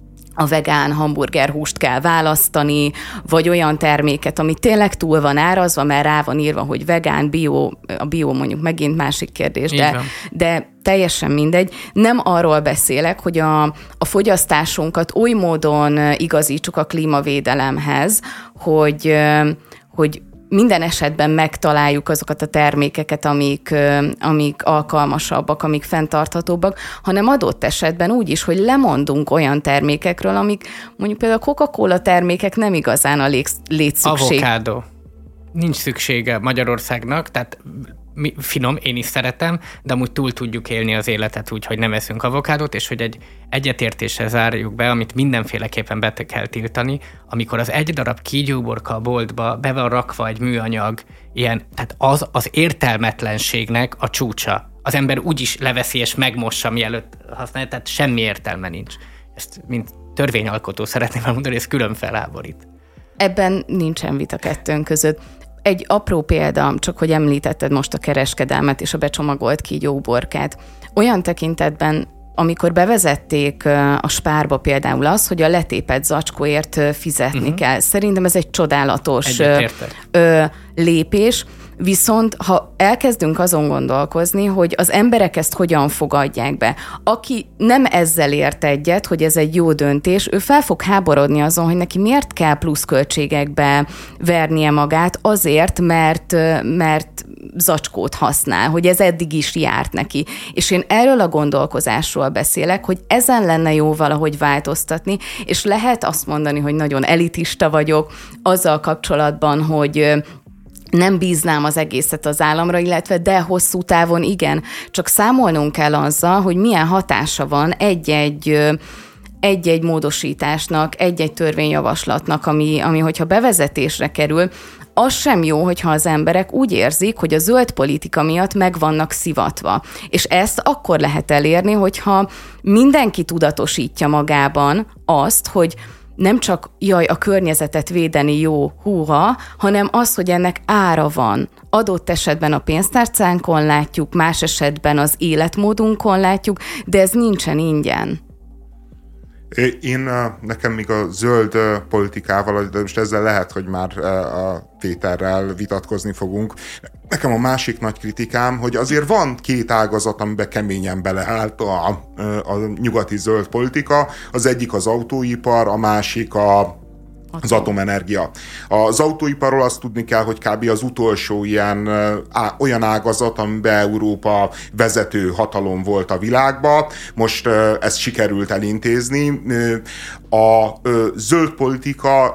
a vegán hamburgerhúst kell választani, vagy olyan terméket, ami tényleg túl van árazva, mert rá van írva, hogy vegán, bio, a bio mondjuk megint másik kérdés, de, de teljesen mindegy. Nem arról beszélek, hogy a, a fogyasztásunkat oly módon igazítsuk a klímavédelemhez, hogy, hogy minden esetben megtaláljuk azokat a termékeket, amik, amik alkalmasabbak, amik fenntarthatóbbak, hanem adott esetben úgy is, hogy lemondunk olyan termékekről, amik mondjuk például a Coca-Cola termékek nem igazán a létszükség. Avokádó. Nincs szüksége Magyarországnak, tehát mi, finom, én is szeretem, de amúgy túl tudjuk élni az életet úgy, hogy nem eszünk avokádót, és hogy egy egyetértéssel zárjuk be, amit mindenféleképpen be kell tiltani, amikor az egy darab kígyóborka a boltba be van rakva egy műanyag, ilyen, tehát az az értelmetlenségnek a csúcsa. Az ember úgyis leveszi és megmossa, mielőtt használja, tehát semmi értelme nincs. Ezt mint törvényalkotó szeretném elmondani, ez külön felháborít. Ebben nincsen vita kettőnk között. Egy apró példa, csak hogy említetted most a kereskedelmet és a becsomagolt kígyóuborkát. Olyan tekintetben amikor bevezették a Spárba például az, hogy a letépett zacskóért fizetni uh-huh. kell. Szerintem ez egy csodálatos ö, lépés, viszont ha elkezdünk azon gondolkozni, hogy az emberek ezt hogyan fogadják be, aki nem ezzel ért egyet, hogy ez egy jó döntés, ő fel fog háborodni azon, hogy neki miért kell pluszköltségekbe vernie magát azért, mert, mert zacskót használ, hogy ez eddig is járt neki. És én erről a gondolkozásról beszélek, hogy ezen lenne jó valahogy változtatni, és lehet azt mondani, hogy nagyon elitista vagyok azzal kapcsolatban, hogy nem bíznám az egészet az államra, illetve de hosszú távon igen. Csak számolnunk kell azzal, hogy milyen hatása van egy-egy egy-egy módosításnak, egy-egy törvényjavaslatnak, ami, ami hogyha bevezetésre kerül, az sem jó, hogyha az emberek úgy érzik, hogy a zöld politika miatt meg vannak szivatva. És ezt akkor lehet elérni, hogyha mindenki tudatosítja magában azt, hogy nem csak jaj, a környezetet védeni jó, húha, hanem az, hogy ennek ára van. Adott esetben a pénztárcánkon látjuk, más esetben az életmódunkon látjuk, de ez nincsen ingyen. Én, nekem még a zöld politikával, de most ezzel lehet, hogy már a Péterrel vitatkozni fogunk. Nekem a másik nagy kritikám, hogy azért van két ágazat, amiben keményen beleállt a, a nyugati zöld politika. Az egyik az autóipar, a másik a az atomenergia. Az autóiparról azt tudni kell, hogy kb. Az utolsó ilyen á, olyan ágazat, amiben Európa vezető hatalom volt a világban. Most ezt sikerült elintézni. A zöld politika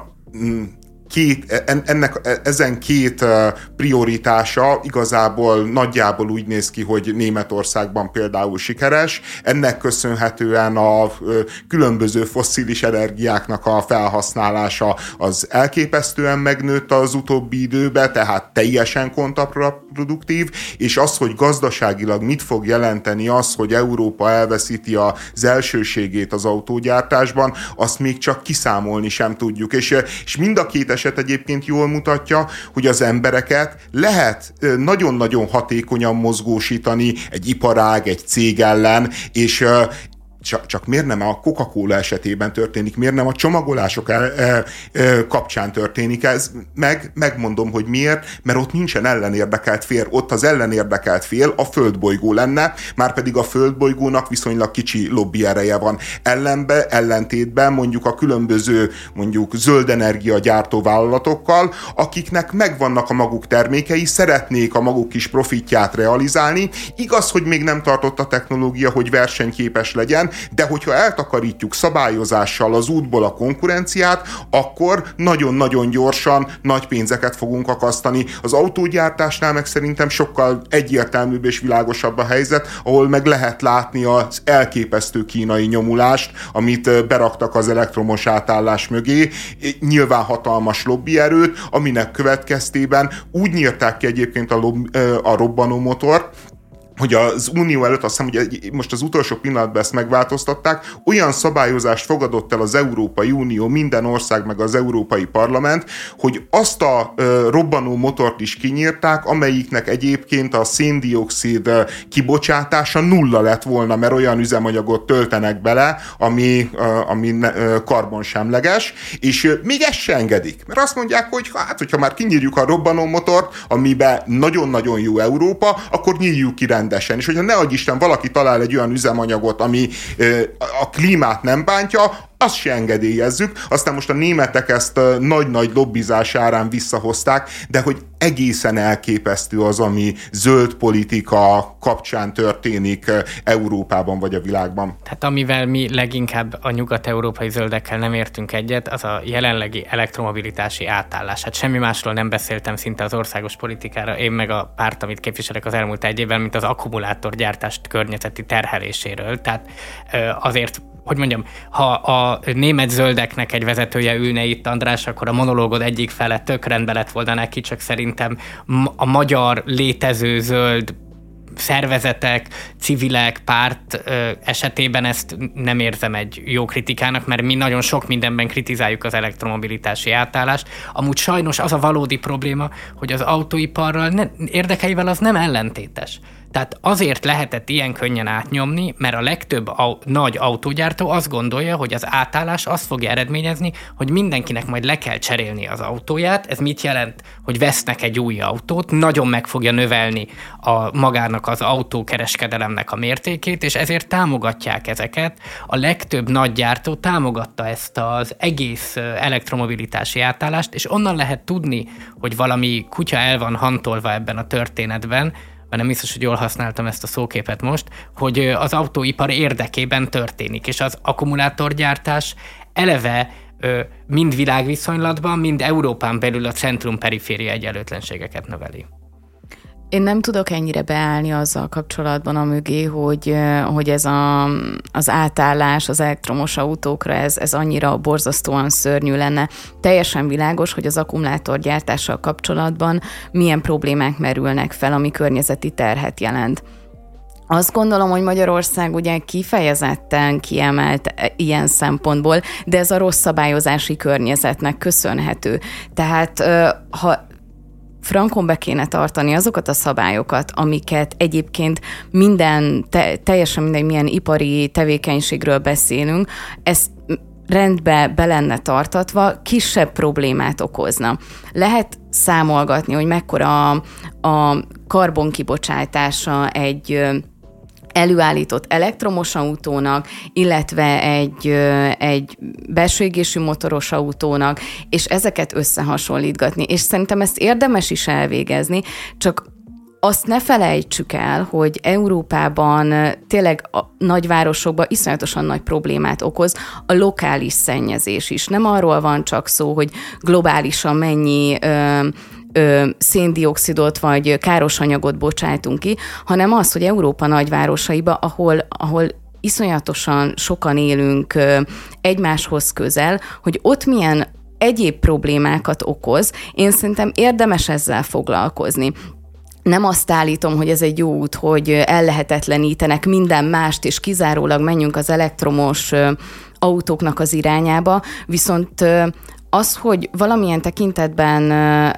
Két, ennek, ezen két prioritása igazából nagyjából úgy néz ki, hogy Németországban például sikeres. Ennek köszönhetően a különböző fosszilis energiáknak a felhasználása az elképesztően megnőtt az utóbbi időben, tehát teljesen kontraproduktív, és az, hogy gazdaságilag mit fog jelenteni az, hogy Európa elveszíti az elsőségét az autógyártásban, azt még csak kiszámolni sem tudjuk. És, és mind a két eset egyébként jól mutatja, hogy az embereket lehet nagyon-nagyon hatékonyan mozgósítani egy iparág, egy cég ellen, és Csak, csak miért nem a Coca-Cola esetében történik, miért nem a csomagolások el, e, e, kapcsán történik ez? Meg, megmondom, hogy miért, mert ott nincsen ellenérdekelt fél, ott az ellenérdekelt fél a földbolygó lenne, már pedig a földbolygónak viszonylag kicsi lobby ereje van. Ellenbe, ellentétben mondjuk a különböző mondjuk zöld energia gyártó vállalatokkal, akiknek megvannak a maguk termékei, szeretnék a maguk kis profitját realizálni. Igaz, hogy még nem tartott a technológia, hogy versenyképes legyen, de hogyha eltakarítjuk szabályozással az útból a konkurenciát, akkor nagyon-nagyon gyorsan nagy pénzeket fogunk akasztani. Az autógyártásnál meg szerintem sokkal egyértelműbb és világosabb a helyzet, ahol meg lehet látni az elképesztő kínai nyomulást, amit beraktak az elektromos átállás mögé. Nyilván hatalmas lobbyerőt, aminek következtében úgy nyírták ki egyébként a, lob- a robbanómotort, hogy az Unió előtt, azt hiszem, hogy most az utolsó pillanatban ezt megváltoztatták, olyan szabályozást fogadott el az Európai Unió, minden ország meg az Európai Parlament, hogy azt a ö, robbanó motort is kinyírták, amelyiknek egyébként a széndioxid kibocsátása nulla lett volna, mert olyan üzemanyagot töltenek bele, ami, ö, ami ö, karbonsemleges, és ö, még ezt se engedik. Mert azt mondják, hogy hát, hogyha már kinyírjuk a robbanó motort, amiben nagyon-nagyon jó Európa, akkor nyírjuk ki rendesen. És hogyha ne adj Isten, valaki talál egy olyan üzemanyagot, ami ö, a klímát nem bántja, azt se engedélyezzük. Aztán most a németek ezt nagy-nagy lobbizás árán visszahozták, de hogy egészen elképesztő az, ami zöld politika kapcsán történik Európában vagy a világban. Tehát amivel mi leginkább a nyugat-európai zöldekkel nem értünk egyet, az a jelenlegi elektromobilitási átállás. Hát semmi másról nem beszéltem szinte az országos politikára, én meg a párt, amit képviselek az elmúlt egy évben, mint az akkumulátorgyártást környezeti terheléséről. Tehát azért, hogy mondjam, ha a német zöldeknek egy vezetője ülne itt, András, akkor a monológod egyik fele tök rendben lett volna neki, csak szerintem a magyar létező zöld szervezetek, civilek, párt esetében ezt nem érzem egy jó kritikának, mert mi nagyon sok mindenben kritizáljuk az elektromobilitási átállást. Amúgy sajnos az a valódi probléma, hogy az autóiparral ne, érdekeivel az nem ellentétes. Tehát azért lehetett ilyen könnyen átnyomni, mert a legtöbb au- nagy autógyártó azt gondolja, hogy az átállás azt fogja eredményezni, hogy mindenkinek majd le kell cserélni az autóját. Ez mit jelent? Hogy vesznek egy új autót, nagyon meg fogja növelni a magának az autókereskedelemnek a mértékét, és ezért támogatják ezeket. A legtöbb nagy gyártó támogatta ezt az egész elektromobilitási átállást, és onnan lehet tudni, hogy valami kutya el van hantolva ebben a történetben, mert nem biztos, hogy jól használtam ezt a szóképet most, hogy az autóipar érdekében történik, és az akkumulátorgyártás eleve mind világviszonylatban, mind Európán belül a centrum-periféria egyenlőtlenségeket növeli. Én nem tudok ennyire beállni azzal kapcsolatban a mögé, hogy, hogy ez a, az átállás az elektromos autókra, ez, ez annyira borzasztóan szörnyű lenne. Teljesen világos, hogy az akkumulátorgyártással kapcsolatban milyen problémák merülnek fel, ami környezeti terhet jelent. Azt gondolom, hogy Magyarország ugye kifejezetten kiemelt ilyen szempontból, de ez a rossz szabályozási környezetnek köszönhető. Tehát ha frankon be kéne tartani azokat a szabályokat, amiket egyébként minden, te, teljesen mindegy, milyen ipari tevékenységről beszélünk, ez rendbe be lenne tartatva, kisebb problémát okozna. Lehet számolgatni, hogy mekkora a, a karbonkibocsátása egy előállított elektromos autónak, illetve egy, egy belső égésű motoros autónak, és ezeket összehasonlítgatni. És szerintem ezt érdemes is elvégezni, csak azt ne felejtsük el, hogy Európában tényleg a nagyvárosokban iszonyatosan nagy problémát okoz a lokális szennyezés is. Nem arról van csak szó, hogy globálisan mennyi ö, ö, széndioxidot vagy káros anyagot bocsájtunk ki, hanem az, hogy Európa nagyvárosaiba, ahol, ahol iszonyatosan sokan élünk ö, egymáshoz közel, hogy ott milyen egyéb problémákat okoz. Én szerintem érdemes ezzel foglalkozni. Nem azt állítom, hogy ez egy jó út, hogy ellehetetlenítenek minden mást, és kizárólag menjünk az elektromos autóknak az irányába, viszont az, hogy valamilyen tekintetben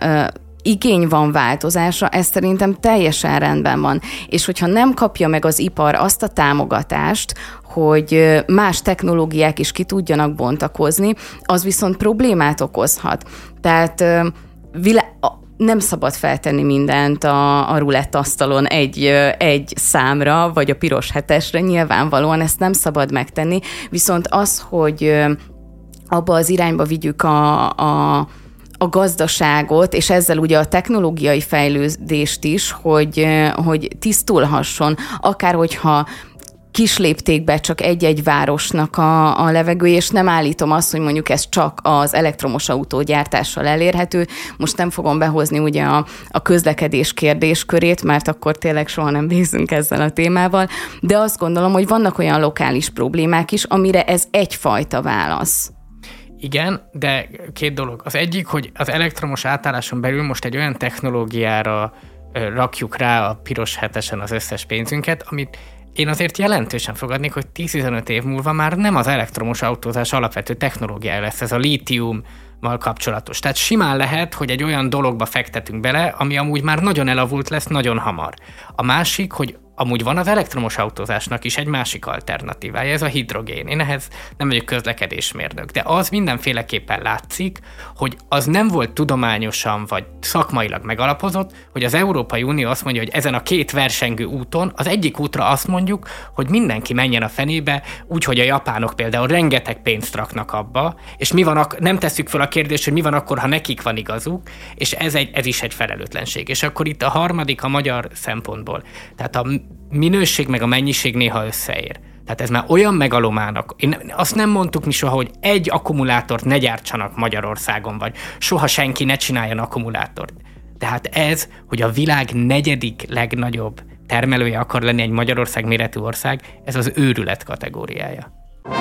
igény van változásra, ez szerintem teljesen rendben van. És hogyha nem kapja meg az ipar azt a támogatást, hogy más technológiák is ki tudjanak bontakozni, az viszont problémát okozhat. Tehát vilá- nem szabad feltenni mindent a, a rulettasztalon egy, egy számra, vagy a piros hetesre, nyilvánvalóan ezt nem szabad megtenni, viszont az, hogy abba az irányba vigyük a, a, a gazdaságot, és ezzel ugye a technológiai fejlődést is, hogy, hogy tisztulhasson, akár hogyha kis léptékben csak egy-egy városnak a, a levegője, és nem állítom azt, hogy mondjuk ez csak az elektromos autógyártással elérhető. Most nem fogom behozni ugye a, a közlekedés kérdéskörét, mert akkor tényleg soha nem végzünk ezzel a témával, de azt gondolom, hogy vannak olyan lokális problémák is, amire ez egyfajta válasz. Igen, de két dolog. Az egyik, hogy az elektromos átálláson belül most egy olyan technológiára rakjuk rá a piros hetesen az összes pénzünket, amit én azért jelentősen fogadnék, hogy tíz-tizenöt év múlva már nem az elektromos autózás alapvető technológiája lesz, ez a lítiummal kapcsolatos. Tehát simán lehet, hogy egy olyan dologba fektetünk bele, ami amúgy már nagyon elavult lesz nagyon hamar. A másik, hogy amúgy van az elektromos autózásnak is egy másik alternatívája, ez a hidrogén. Én ehhez nem vagyok közlekedésmérnök, de az mindenféleképpen látszik, hogy az nem volt tudományosan vagy szakmailag megalapozott, hogy az Európai Unió azt mondja, hogy ezen a két versengő úton, az egyik útra azt mondjuk, hogy mindenki menjen a fenébe, úgyhogy a japánok például rengeteg pénzt raknak abba, és mi van, ak- nem tesszük fel a kérdést, hogy mi van akkor, ha nekik van igazuk, és ez, egy, ez is egy felelőtlenség. És akkor itt a harmadik a magyar szempontból. Tehát a minőség meg a mennyiség néha összeér. Tehát ez már olyan megalomának. Én azt nem mondtuk mi soha, hogy egy akkumulátort ne gyártsanak Magyarországon, vagy soha senki ne csináljon akkumulátort. Tehát ez, hogy a világ negyedik legnagyobb termelője akar lenni egy Magyarország méretű ország, ez az őrület kategóriája.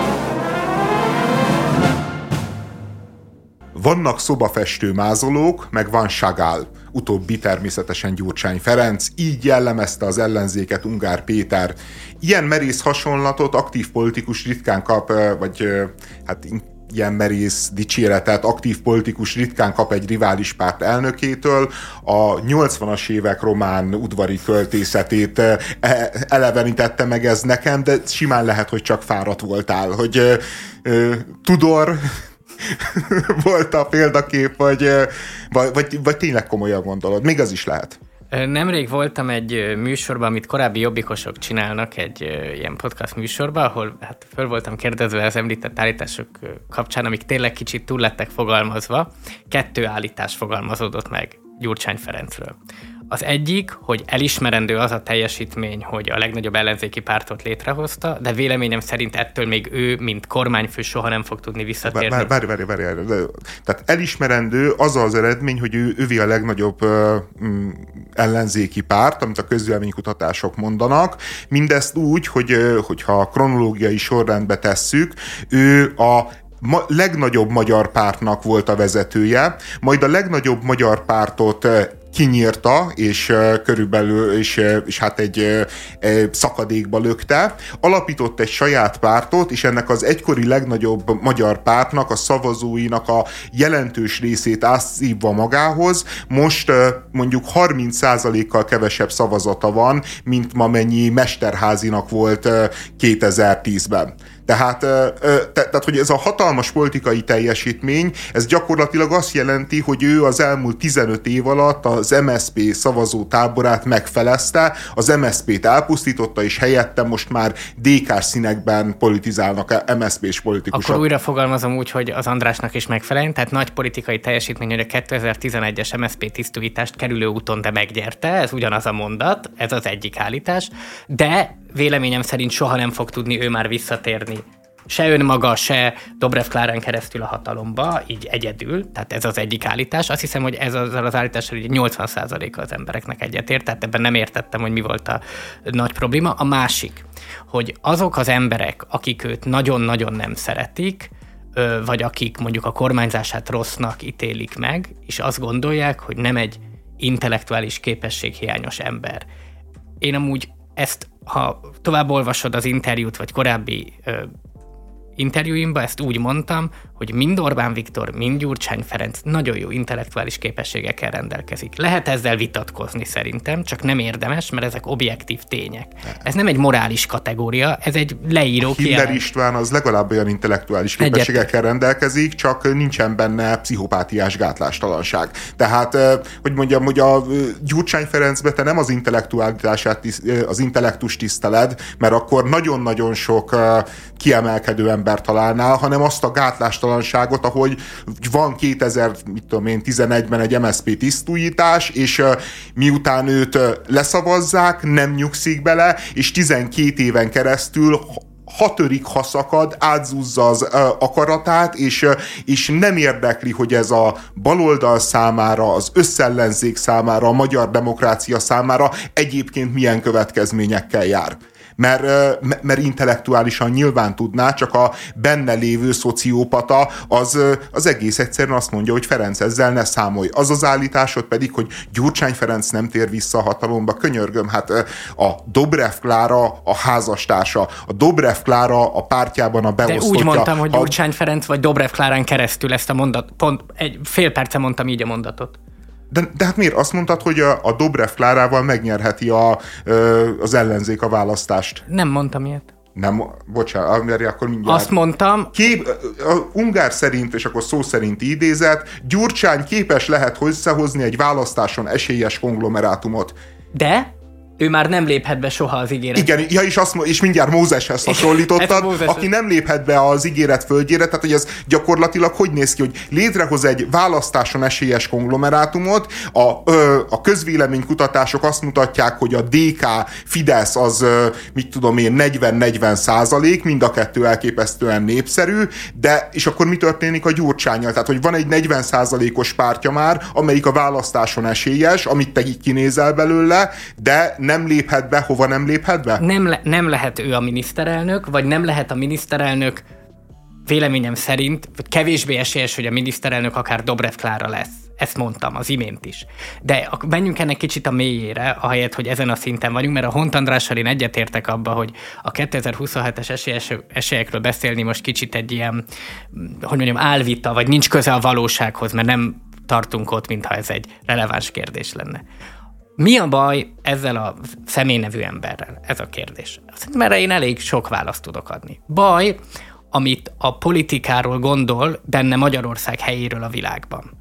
Vannak szobafestő mázolók, meg van Chagall. Utóbbi természetesen Gyurcsány Ferenc, így jellemezte az ellenzéket Ungár Péter. Ilyen merész hasonlatot aktív politikus ritkán kap, vagy hát ilyen merész dicséretet, aktív politikus ritkán kap egy rivális párt elnökétől, a nyolcvanas évek román udvari költészetét elevenítette meg ez nekem, de simán lehet, hogy csak fáradt voltál, hogy uh, uh, Tudor volt a példakép, vagy, vagy, vagy, vagy tényleg komolyan gondolod, még az is lehet. Nemrég voltam egy műsorban, amit korábbi jobbikosok csinálnak, egy ilyen podcast műsorban, ahol hát föl voltam kérdezve az említett állítások kapcsán, amik tényleg kicsit túl lettek fogalmazva. Kettő állítás fogalmazódott meg Gyurcsány Ferencről. Az egyik, hogy elismerendő az a teljesítmény, hogy a legnagyobb ellenzéki pártot létrehozta, de véleményem szerint ettől még ő, mint kormányfő soha nem fog tudni visszatérni. Várj, várj, várj, várj. Tehát elismerendő az az eredmény, hogy ő övé a legnagyobb uh, ellenzéki párt, amit a közvéleménykutatások mondanak. Mindezt úgy, hogy uh, hogyha kronológiai sorrendbe tesszük, ő a ma- legnagyobb magyar pártnak volt a vezetője, majd a legnagyobb magyar pártot uh, kinyírta, és uh, körülbelül, és, uh, és hát egy uh, uh, szakadékba lökte, alapított egy saját pártot, és ennek az egykori legnagyobb magyar pártnak, a szavazóinak a jelentős részét átszívva magához, most uh, mondjuk harminc százalékkal kevesebb szavazata van, mint ma mennyi Mesterházinak volt uh, kétezer-tízben. Tehát, te, tehát, hogy ez a hatalmas politikai teljesítmény, ez gyakorlatilag azt jelenti, hogy ő az elmúlt tizenöt év alatt az em es zé pé szavazó táborát megfelezte, az em es zé pét elpusztította, és helyette most már dé ká-s színekben politizálnak em es zé pés politikusok. Akkor újra fogalmazom úgy, hogy az Andrásnak is megfeleljen, tehát nagy politikai teljesítmény, hogy a kétezer-tizenegyes em es zé pé tisztújítást kerülő úton, de meggyerte, ez ugyanaz a mondat, ez az egyik állítás, de véleményem szerint soha nem fog tudni ő már visszatérni se önmaga, se Dobrev Klárán keresztül a hatalomba, így egyedül, tehát ez az egyik állítás. Azt hiszem, hogy ez az, az állítással nyolcvan százaléka az embereknek egyetért, tehát ebben nem értettem, hogy mi volt a nagy probléma. A másik, hogy azok az emberek, akik őt nagyon-nagyon nem szeretik, vagy akik mondjuk a kormányzását rossznak ítélik meg, és azt gondolják, hogy nem egy intellektuális képességhiányos ember. Én amúgy ezt, ha tovább olvasod az interjút, vagy korábbi ö, interjúimba, ezt úgy mondtam, hogy mind Orbán Viktor, mind Gyurcsány Ferenc nagyon jó intellektuális képességekkel rendelkezik. Lehet ezzel vitatkozni szerintem, csak nem érdemes, mert ezek objektív tények. Ez nem egy morális kategória, ez egy leíró kijelent. Hiller István az legalább olyan intellektuális képességekkel rendelkezik, csak nincsen benne pszichopátiás gátlástalanság. Tehát, hogy mondjam, hogy a Gyurcsány Ferencbe te nem az intellektualitását, az intellektus tiszteled, mert akkor nagyon-nagyon sok kiemelkedő ember találnál, hanem azt a gátlástalanságot, ahogy van kétezer-tizenegyben egy em es zé pé tisztújítás, és miután őt leszavazzák, nem nyugszik bele, és tizenkét éven keresztül hatörik, ha szakad, átzúzza az akaratát, és, és nem érdekli, hogy ez a baloldal számára, az összellenzék számára, a magyar demokrácia számára egyébként milyen következményekkel jár. Mert, mert intellektuálisan nyilván tudná, csak a benne lévő szociópata az, az egész egyszerűen azt mondja, hogy Ferenc ezzel ne számolj. Az az állításod pedig, hogy Gyurcsány Ferenc nem tér vissza a hatalomba. Könyörgöm, hát a Dobrev Klára a házastársa, a Dobrev Klára a pártjában a beosztottja. De úgy mondtam, hogy a... Gyurcsány Ferenc vagy Dobrev Klárán keresztül ezt a mondat, pont egy fél perce mondtam így a mondatot. De, de hát miért? Azt mondtad, hogy a, a Dobrev Klárával megnyerheti a, az ellenzék a választást. Nem mondtam ilyet. Nem, bocsánat, mert akkor mindjárt. Azt mondtam. Kép, a Ungár szerint, és akkor szó szerinti idézet, Gyurcsány képes lehet összehozni egy választáson esélyes konglomerátumot. De ő már nem léphet be soha az ígéret. Igen, ja, és, azt, és mindjárt Mózeshez hasonlítottad, Mózes. Aki nem léphet be az ígéret földjére, tehát hogy ez gyakorlatilag hogy néz ki, hogy létrehoz egy választáson esélyes konglomerátumot, a, ö, a közvéleménykutatások azt mutatják, hogy a dé ká Fidesz az, ö, mit tudom én, negyven-negyven százalék, mind a kettő elképesztően népszerű, de és akkor mi történik a Gyurcsánnyal? Tehát, hogy van egy negyven százalékos pártja már, amelyik a választáson esélyes, amit te így kinézel belőle, de nem léphet be, hova nem léphet be? Nem, le, nem lehet ő a miniszterelnök, vagy nem lehet a miniszterelnök véleményem szerint, vagy kevésbé esélyes, hogy a miniszterelnök akár Dobrev Klára lesz. Ezt mondtam az imént is. De menjünk ennek kicsit a mélyére, ahelyett, hogy ezen a szinten vagyunk, mert a Hont Andrással én egyetértek abba, hogy a kétezer-huszonhetes esélyes, esélyekről beszélni most kicsit egy ilyen, hogy mondjam, álvita, vagy nincs köze a valósághoz, mert nem tartunk ott, mintha ez egy releváns kérdés lenne. Mi a baj ezzel a személy nevű emberrel? Ez a kérdés. Szerintem erre én elég sok választ tudok adni. Baj, amit a politikáról gondol, benne Magyarország helyéről a világban.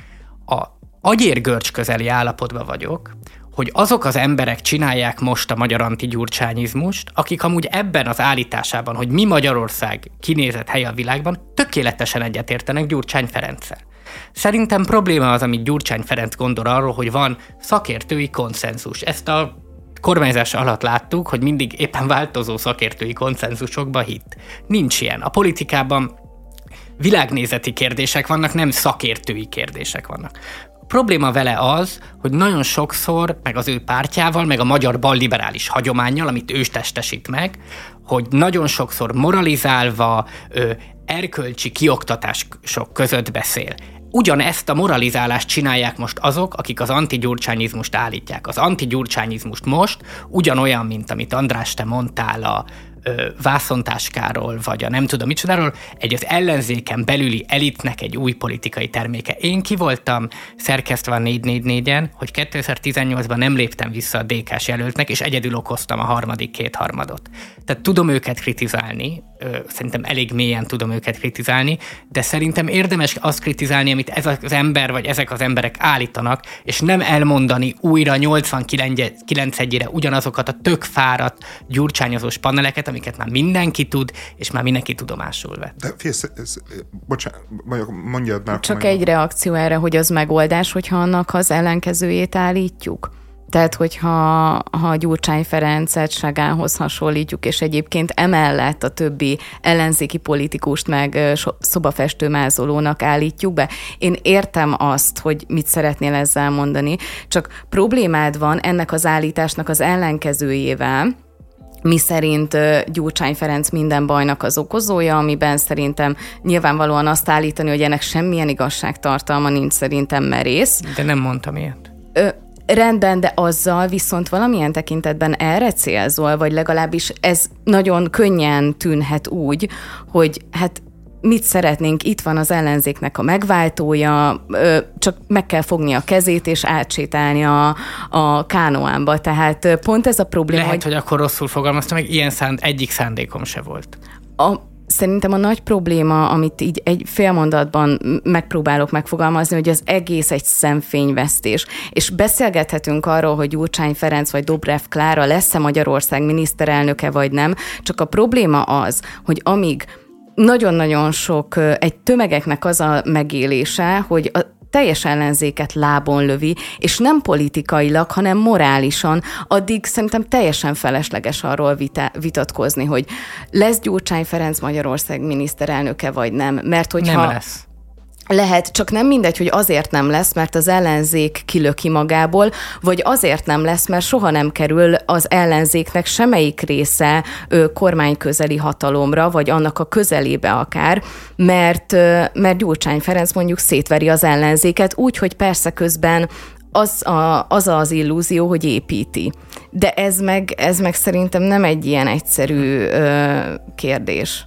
A agyérgörcs közeli állapotban vagyok, hogy azok az emberek csinálják most a magyar antigyurcsányizmust, akik amúgy ebben az állításában, hogy mi Magyarország kinézett helye a világban, tökéletesen egyetértenek Gyurcsány Ferenccel. Szerintem probléma az, amit Gyurcsány Ferenc gondol arról, hogy van szakértői konszenzus. Ezt a kormányzás alatt láttuk, hogy mindig éppen változó szakértői konszenzusokba hitt. Nincs ilyen. A politikában világnézeti kérdések vannak, nem szakértői kérdések vannak. A probléma vele az, hogy nagyon sokszor, meg az ő pártjával, meg a magyar balliberális hagyománnyal, amit ő testesít meg, hogy nagyon sokszor moralizálva, ö, erkölcsi kioktatások között beszél. Ugyanezt a moralizálást csinálják most azok, akik az antigyurcsányizmust állítják. Az antigyurcsányizmust most ugyanolyan, mint amit András, te mondtál a ö, vászontáskáról, vagy a nem tudom micsodáról, egy az ellenzéken belüli elitnek egy új politikai terméke. Én ki voltam szerkesztve a négy négy négyen, hogy kétezer-tizennyolcban nem léptem vissza a dé ká-s jelöltnek, és egyedül okoztam a harmadik kétharmadot. Tehát tudom őket kritizálni, ö, szerintem elég mélyen tudom őket kritizálni, de szerintem érdemes azt kritizálni, amit ez az ember, vagy ezek az emberek állítanak, és nem elmondani újra nyolcvankilencedjére ugyanazokat a tök fáradt gyurcsányozós paneleket, amiket már mindenki tud, és már mindenki tudomásul vett. De félsz, bocsánat, mondjad már. Csak egy reakció erre, hogy az megoldás, hogyha annak az ellenkezőjét állítjuk. Tehát, hogyha ha Gyurcsány Ferencet Sagához hasonlítjuk, és egyébként emellett a többi ellenzéki politikust meg szobafestő mázolónak állítjuk be. Én értem azt, hogy mit szeretnél ezzel mondani, csak problémád van ennek az állításnak az ellenkezőjével, miszerint Gyurcsány Ferenc minden bajnak az okozója, amiben szerintem nyilvánvalóan azt állítani, hogy ennek semmilyen igazságtartalma nincs, szerintem merész. De nem mondtam ilyet. Ö, rendben, de azzal viszont valamilyen tekintetben erre célzol, vagy legalábbis ez nagyon könnyen tűnhet úgy, hogy hát mit szeretnénk, itt van az ellenzéknek a megváltója, csak meg kell fogni a kezét és átsétálni a, a kánoánba. Tehát pont ez a probléma. Lehet, hogy, hogy akkor rosszul fogalmaztam, meg ilyen szánd, egyik szándékom se volt. A, szerintem a nagy probléma, amit így egy fél mondatban megpróbálok megfogalmazni, hogy az egész egy szemfényvesztés. És beszélgethetünk arról, hogy Gyurcsány Ferenc vagy Dobrev Klára lesz-e Magyarország miniszterelnöke vagy nem, csak a probléma az, hogy amíg nagyon-nagyon sok, egy tömegeknek az a megélése, hogy a teljes ellenzéket lábon lövi, és nem politikailag, hanem morálisan, addig szerintem teljesen felesleges arról vita, vitatkozni, hogy lesz Gyurcsány Ferenc Magyarország miniszterelnöke, vagy nem. Mert hogyha nem lesz. Lehet, csak nem mindegy, hogy azért nem lesz, mert az ellenzék kilöki magából, vagy azért nem lesz, mert soha nem kerül az ellenzéknek semmelyik része ö, kormányközeli hatalomra, vagy annak a közelébe akár, mert, ö, mert Gyurcsány Ferenc mondjuk szétveri az ellenzéket úgy, hogy persze közben az, a, az az illúzió, hogy építi. De ez meg, ez meg szerintem nem egy ilyen egyszerű ö, kérdés.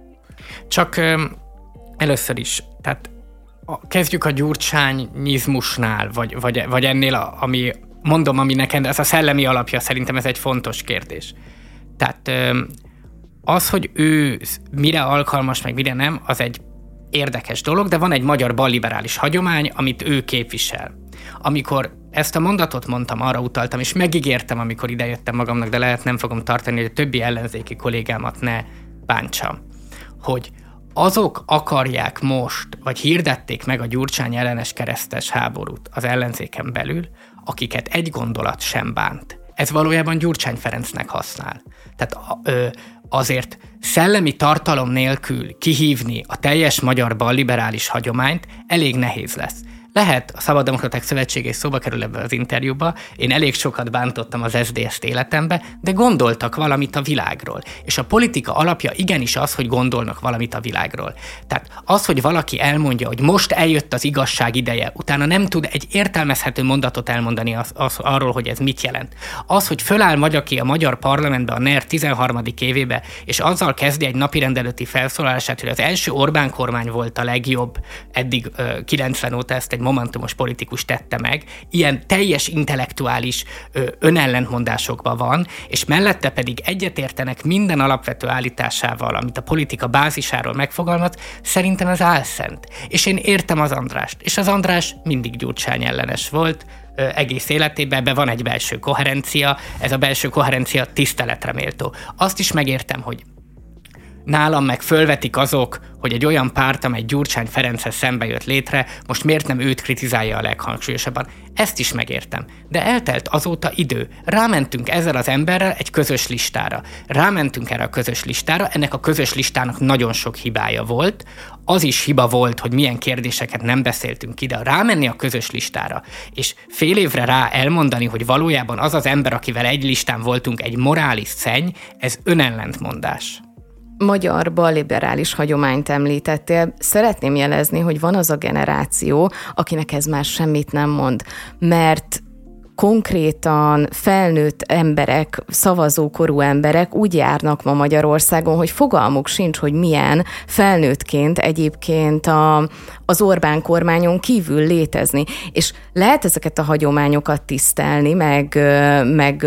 Csak ö, először is, tehát kezdjük a gyurcsányizmusnál, vagy, vagy, vagy ennél, a, ami, mondom, ami neked ez a szellemi alapja, szerintem ez egy fontos kérdés. Tehát az, hogy ő mire alkalmas, meg mire nem, az egy érdekes dolog, de van egy magyar balliberális hagyomány, amit ő képvisel. Amikor ezt a mondatot mondtam, arra utaltam, és megígértem, amikor idejöttem magamnak, de lehet nem fogom tartani, hogy a többi ellenzéki kollégámat ne bántsam, hogy azok akarják most, vagy hirdették meg a Gyurcsány ellenes keresztes háborút az ellenzéken belül, akiket egy gondolat sem bánt. Ez valójában Gyurcsány Ferencnek használ. Tehát azért szellemi tartalom nélkül kihívni a teljes magyar balliberális hagyományt elég nehéz lesz. Lehet, a Szabaddemokraták Szövetsége is szóba kerül ebbe az interjúba, én elég sokat bántottam az es zé dé es-t életembe, de gondoltak valamit a világról. És a politika alapja igenis az, hogy gondolnak valamit a világról. Tehát az, hogy valaki elmondja, hogy most eljött az igazság ideje, utána nem tud egy értelmezhető mondatot elmondani az, az, arról, hogy ez mit jelent. Az, hogy föláll valaki a magyar parlamentbe a NER tizenharmadik évébe, és azzal kezdi egy napirendelőtti felszólalását, hogy az első Orbán kormány volt a legjobb, eddig ö, kilencven óta ezt egy momentumos politikus tette meg, ilyen teljes intellektuális ö, önellentmondásokban van, és mellette pedig egyetértenek minden alapvető állításával, amit a politika bázisáról megfogalmaz, szerintem ez álszent. És én értem az Andrást, és az András mindig Gyurcsány ellenes volt, ö, egész életében, ebben van egy belső koherencia, ez a belső koherencia tiszteletre méltó. Azt is megértem, hogy nálam meg fölvetik azok, hogy egy olyan párt, amely Gyurcsány Ferenccel szembe jött létre, most miért nem őt kritizálja a leghangsúlyosabban. Ezt is megértem. De eltelt azóta idő. Rámentünk ezzel az emberrel egy közös listára. Rámentünk erre a közös listára, ennek a közös listának nagyon sok hibája volt. Az is hiba volt, hogy milyen kérdéseket nem beszéltünk ide. Rámenni a közös listára, és fél évre rá elmondani, hogy valójában az az ember, akivel egy listán voltunk, egy morális szenny, ez önellentmondás. Magyar balliberális hagyományt említettél. Szeretném jelezni, hogy van az a generáció, akinek ez már semmit nem mond, mert konkrétan felnőtt emberek, szavazókorú emberek úgy járnak ma Magyarországon, hogy fogalmuk sincs, hogy milyen felnőttként egyébként a, az Orbán kormányon kívül létezni. És lehet ezeket a hagyományokat tisztelni, meg, meg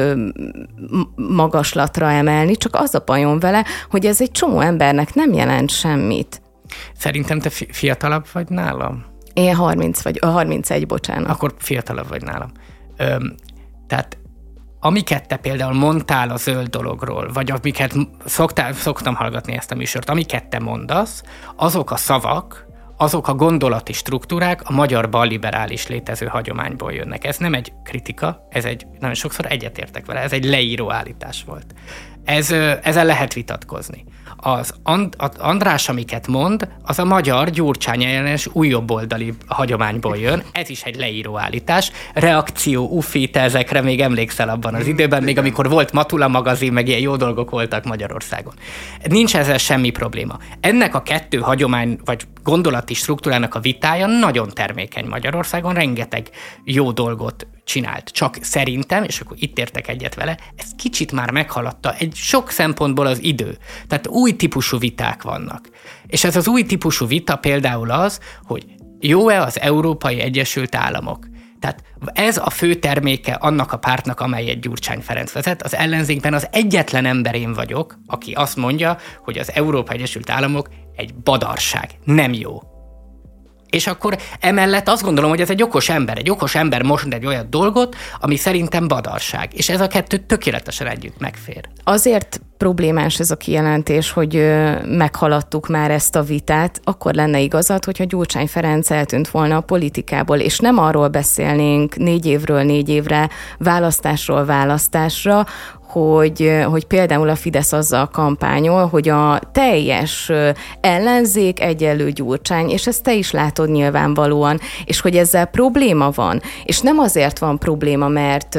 magaslatra emelni, csak az a bajom vele, hogy ez egy csomó embernek nem jelent semmit. Szerintem te fi- fiatalabb vagy nálam? Én harminc vagy, harmincegy, bocsánat. Akkor fiatalabb vagy nálam. Öm, tehát amiket te például mondtál a zöld dologról, vagy amiket szoktál, szoktam hallgatni ezt a műsort, amiket te mondasz, azok a szavak, azok a gondolati struktúrák a magyar balliberális létező hagyományból jönnek. Ez nem egy kritika, ez egy, nagyon sokszor egyetértek vele, ez egy leíró állítás volt. Ez, ezzel lehet vitatkozni. Az And, az András, amiket mond, az a magyar Gyurcsány ellenes újjobboldali hagyományból jön. Ez is egy leíró állítás. Reakció, uffi, te ezekre még emlékszel abban az időben, még amikor volt Matula magazin, meg ilyen jó dolgok voltak Magyarországon. Nincs ezzel semmi probléma. Ennek a kettő hagyomány, vagy gondolati struktúrának a vitája nagyon termékeny Magyarországon, rengeteg jó dolgot csinált. Csak szerintem, és akkor itt értek egyet vele, ez kicsit már meghaladta egy sok szempontból az idő. Tehát új típusú viták vannak. És ez az új típusú vita például az, hogy jó-e az Európai Egyesült Államok. Tehát ez a fő terméke annak a pártnak, amelyet Gyurcsány Ferenc vezet. Az ellenzékben az egyetlen ember én vagyok, aki azt mondja, hogy az Európai Egyesült Államok egy badarság, nem jó. És akkor emellett azt gondolom, hogy ez egy okos ember. Egy okos ember mond egy olyan dolgot, ami szerintem badarság. És ez a kettő tökéletesen együtt megfér. Azért problémás ez a kijelentés, hogy meghaladtuk már ezt a vitát, akkor lenne igazad, hogyha Gyurcsány Ferenc eltűnt volna a politikából, és nem arról beszélnénk négy évről négy évre, választásról választásra, hogy, hogy például a Fidesz azzal kampányol, hogy a teljes ellenzék egyenlő Gyurcsány, és ezt te is látod nyilvánvalóan, és hogy ezzel probléma van. És nem azért van probléma, mert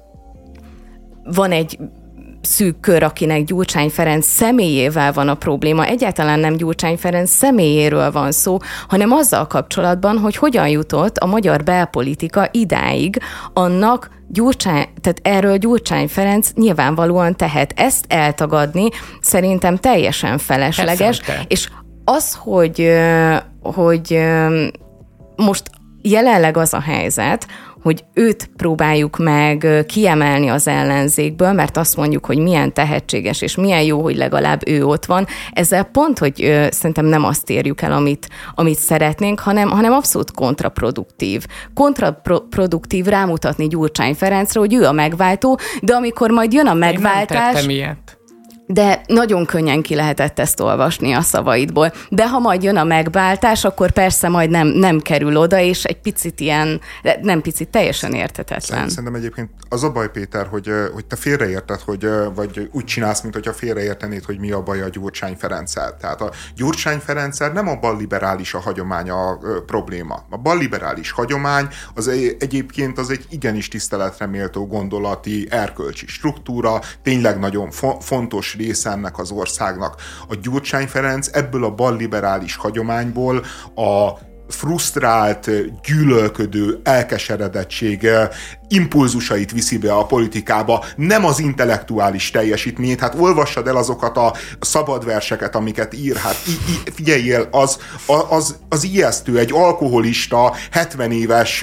van egy szűk kör, akinek Gyurcsány Ferenc személyével van a probléma. Egyáltalán nem Gyurcsány Ferenc személyéről van szó, hanem azzal kapcsolatban, hogy hogyan jutott a magyar belpolitika idáig, annak Gyurcsány, tehát erről Gyurcsány Ferenc nyilvánvalóan tehet. Ezt eltagadni szerintem teljesen felesleges, Persze, és az, hogy, hogy most jelenleg az a helyzet, hogy őt próbáljuk meg kiemelni az ellenzékből, mert azt mondjuk, hogy milyen tehetséges, és milyen jó, hogy legalább ő ott van. Ezzel pont, hogy ö, szerintem nem azt érjük el, amit, amit szeretnénk, hanem, hanem abszolút kontraproduktív. Kontraproduktív rámutatni Gyurcsány Ferencre, hogy ő a megváltó, de amikor majd jön a megváltás... Én nem tettem ilyet. de nagyon könnyen ki lehetett ezt olvasni a szavaidból. De ha majd jön a megváltás, akkor persze majd nem, nem kerül oda, és egy picit ilyen, nem picit, teljesen érthetetlen. Szerintem egyébként az a baj, Péter, hogy, hogy te félreérted, hogy, vagy úgy csinálsz, mint hogyha félreértenéd, hogy mi a baj a Gyurcsány Ferenccel. Tehát a Gyurcsány Ferenccel nem a balliberális a hagyomány a probléma. A balliberális hagyomány az egyébként az egy igenis tiszteletre méltó gondolati, erkölcsi struktúra, tényleg nagyon fo- fontos része ennek az országnak. A Gyurcsány Ferenc ebből a balliberális hagyományból a frusztrált, gyűlölködő, elkeseredettség impulzusait viszi be a politikába, nem az intellektuális teljesítményt. Hát olvassad el azokat a szabad verseket, amiket ír. Hát i- i- figyeljél, az, az, az ijesztő, egy alkoholista, hetven éves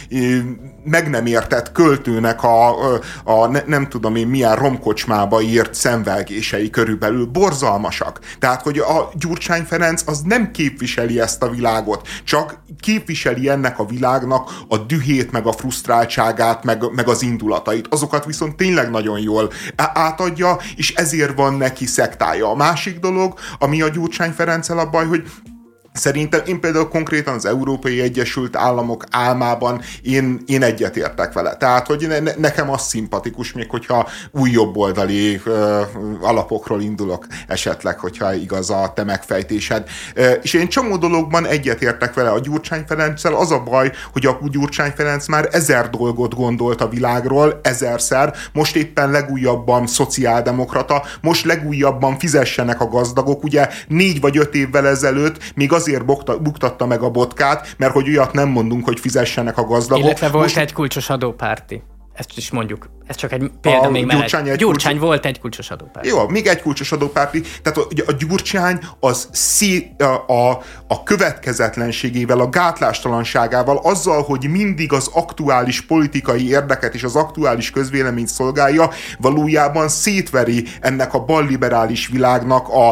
meg nem értett költőnek a, a ne, nem tudom én milyen romkocsmába írt szemvelgései körülbelül borzalmasak. Tehát, hogy a Gyurcsány Ferenc az nem képviseli ezt a világot, csak képviseli ennek a világnak a dühét, meg a frusztráltságát, meg, meg az indulatait. Azokat viszont tényleg nagyon jól átadja, és ezért van neki szektája. A másik dolog, ami a Gyurcsány Ferenccel a baj, hogy szerintem én például konkrétan az Európai Egyesült Államok álmában én, én egyetértek vele. Tehát, hogy ne, nekem az szimpatikus, még hogyha új jobboldali ö, alapokról indulok esetleg, hogyha igaz a te megfejtésed. Ö, és én csomó dologban egyetértek vele. A Gyurcsány Ferenccel az a baj, hogy a Gyurcsány Ferenc már ezer dolgot gondolt a világról, ezerszer, most éppen legújabban szociáldemokrata, most legújabban fizessenek a gazdagok, ugye négy vagy öt évvel ezelőtt még az azért buktatta meg a botkát, mert hogy olyat nem mondunk, hogy fizessenek a gazdagok. Illetve volt Most... egy kulcsos adópárti. Ezt is mondjuk. Ez csak egy példa a még mellett. Gyurcsány, Gyurcsány kulcsos... volt egy kulcsos adópárti. Jó, még egy kulcsos adópárti. Tehát a, a Gyurcsány az szé, a, a, a következetlenségével, a gátlástalanságával, azzal, hogy mindig az aktuális politikai érdeket és az aktuális közvéleményt szolgálja, valójában szétveri ennek a balliberális világnak a,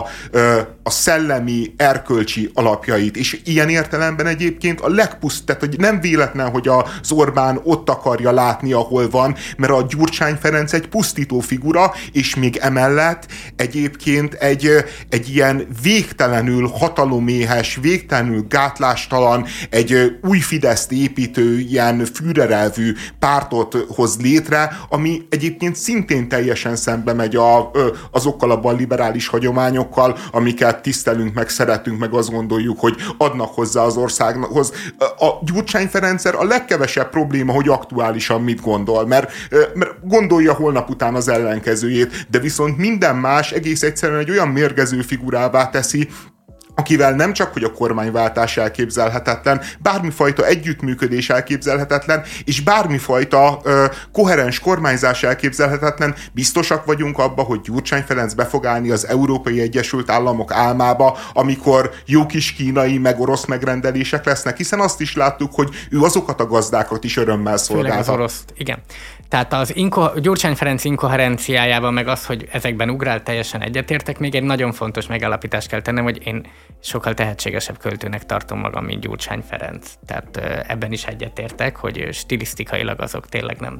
a szellemi, erkölcsi alapjait. És ilyen értelemben egyébként a legpuszt, tehát hogy nem véletlen, hogy az Orbán ott akarja látni, ahol van, mert a Gyurcsány Ferenc egy pusztító figura, és még emellett egyébként egy, egy ilyen végtelenül hataloméhes, végtelenül gátlástalan, egy új Fideszt építő, ilyen Führerelvű pártot hoz létre, ami egyébként szintén teljesen szembe megy a, azokkal a balliberális hagyományokkal, amiket tisztelünk, meg szeretünk, meg azt gondoljuk, hogy adnak hozzá az országhoz. A Gyurcsány Ferenccel a legkevesebb probléma, hogy aktuálisan mit gondol, mert, mert gondolja holnap után az ellenkezőjét, de viszont minden más egész egyszerűen egy olyan mérgező figurává teszi, akivel nem csak, hogy a kormányváltás elképzelhetetlen, bármifajta együttműködés elképzelhetetlen, és bármifajta ö, koherens kormányzás elképzelhetetlen, biztosak vagyunk abba, hogy Gyurcsány Ferenc be fog állni az Európai Egyesült Államok álmába, amikor jó kis kínai, meg orosz megrendelések lesznek, hiszen azt is láttuk, hogy ő azokat a gazdákat is örömmel szolgálta. Főleg az oroszt, igen. Tehát az inko- Gyurcsány Ferenc inkoherenciájában, meg az, hogy ezekben ugrál, teljesen egyetértek, még egy nagyon fontos megállapítást kell tennem, hogy én sokkal tehetségesebb költőnek tartom magam, mint Gyurcsány Ferenc. Tehát ebben is egyetértek, hogy stilisztikailag azok tényleg nem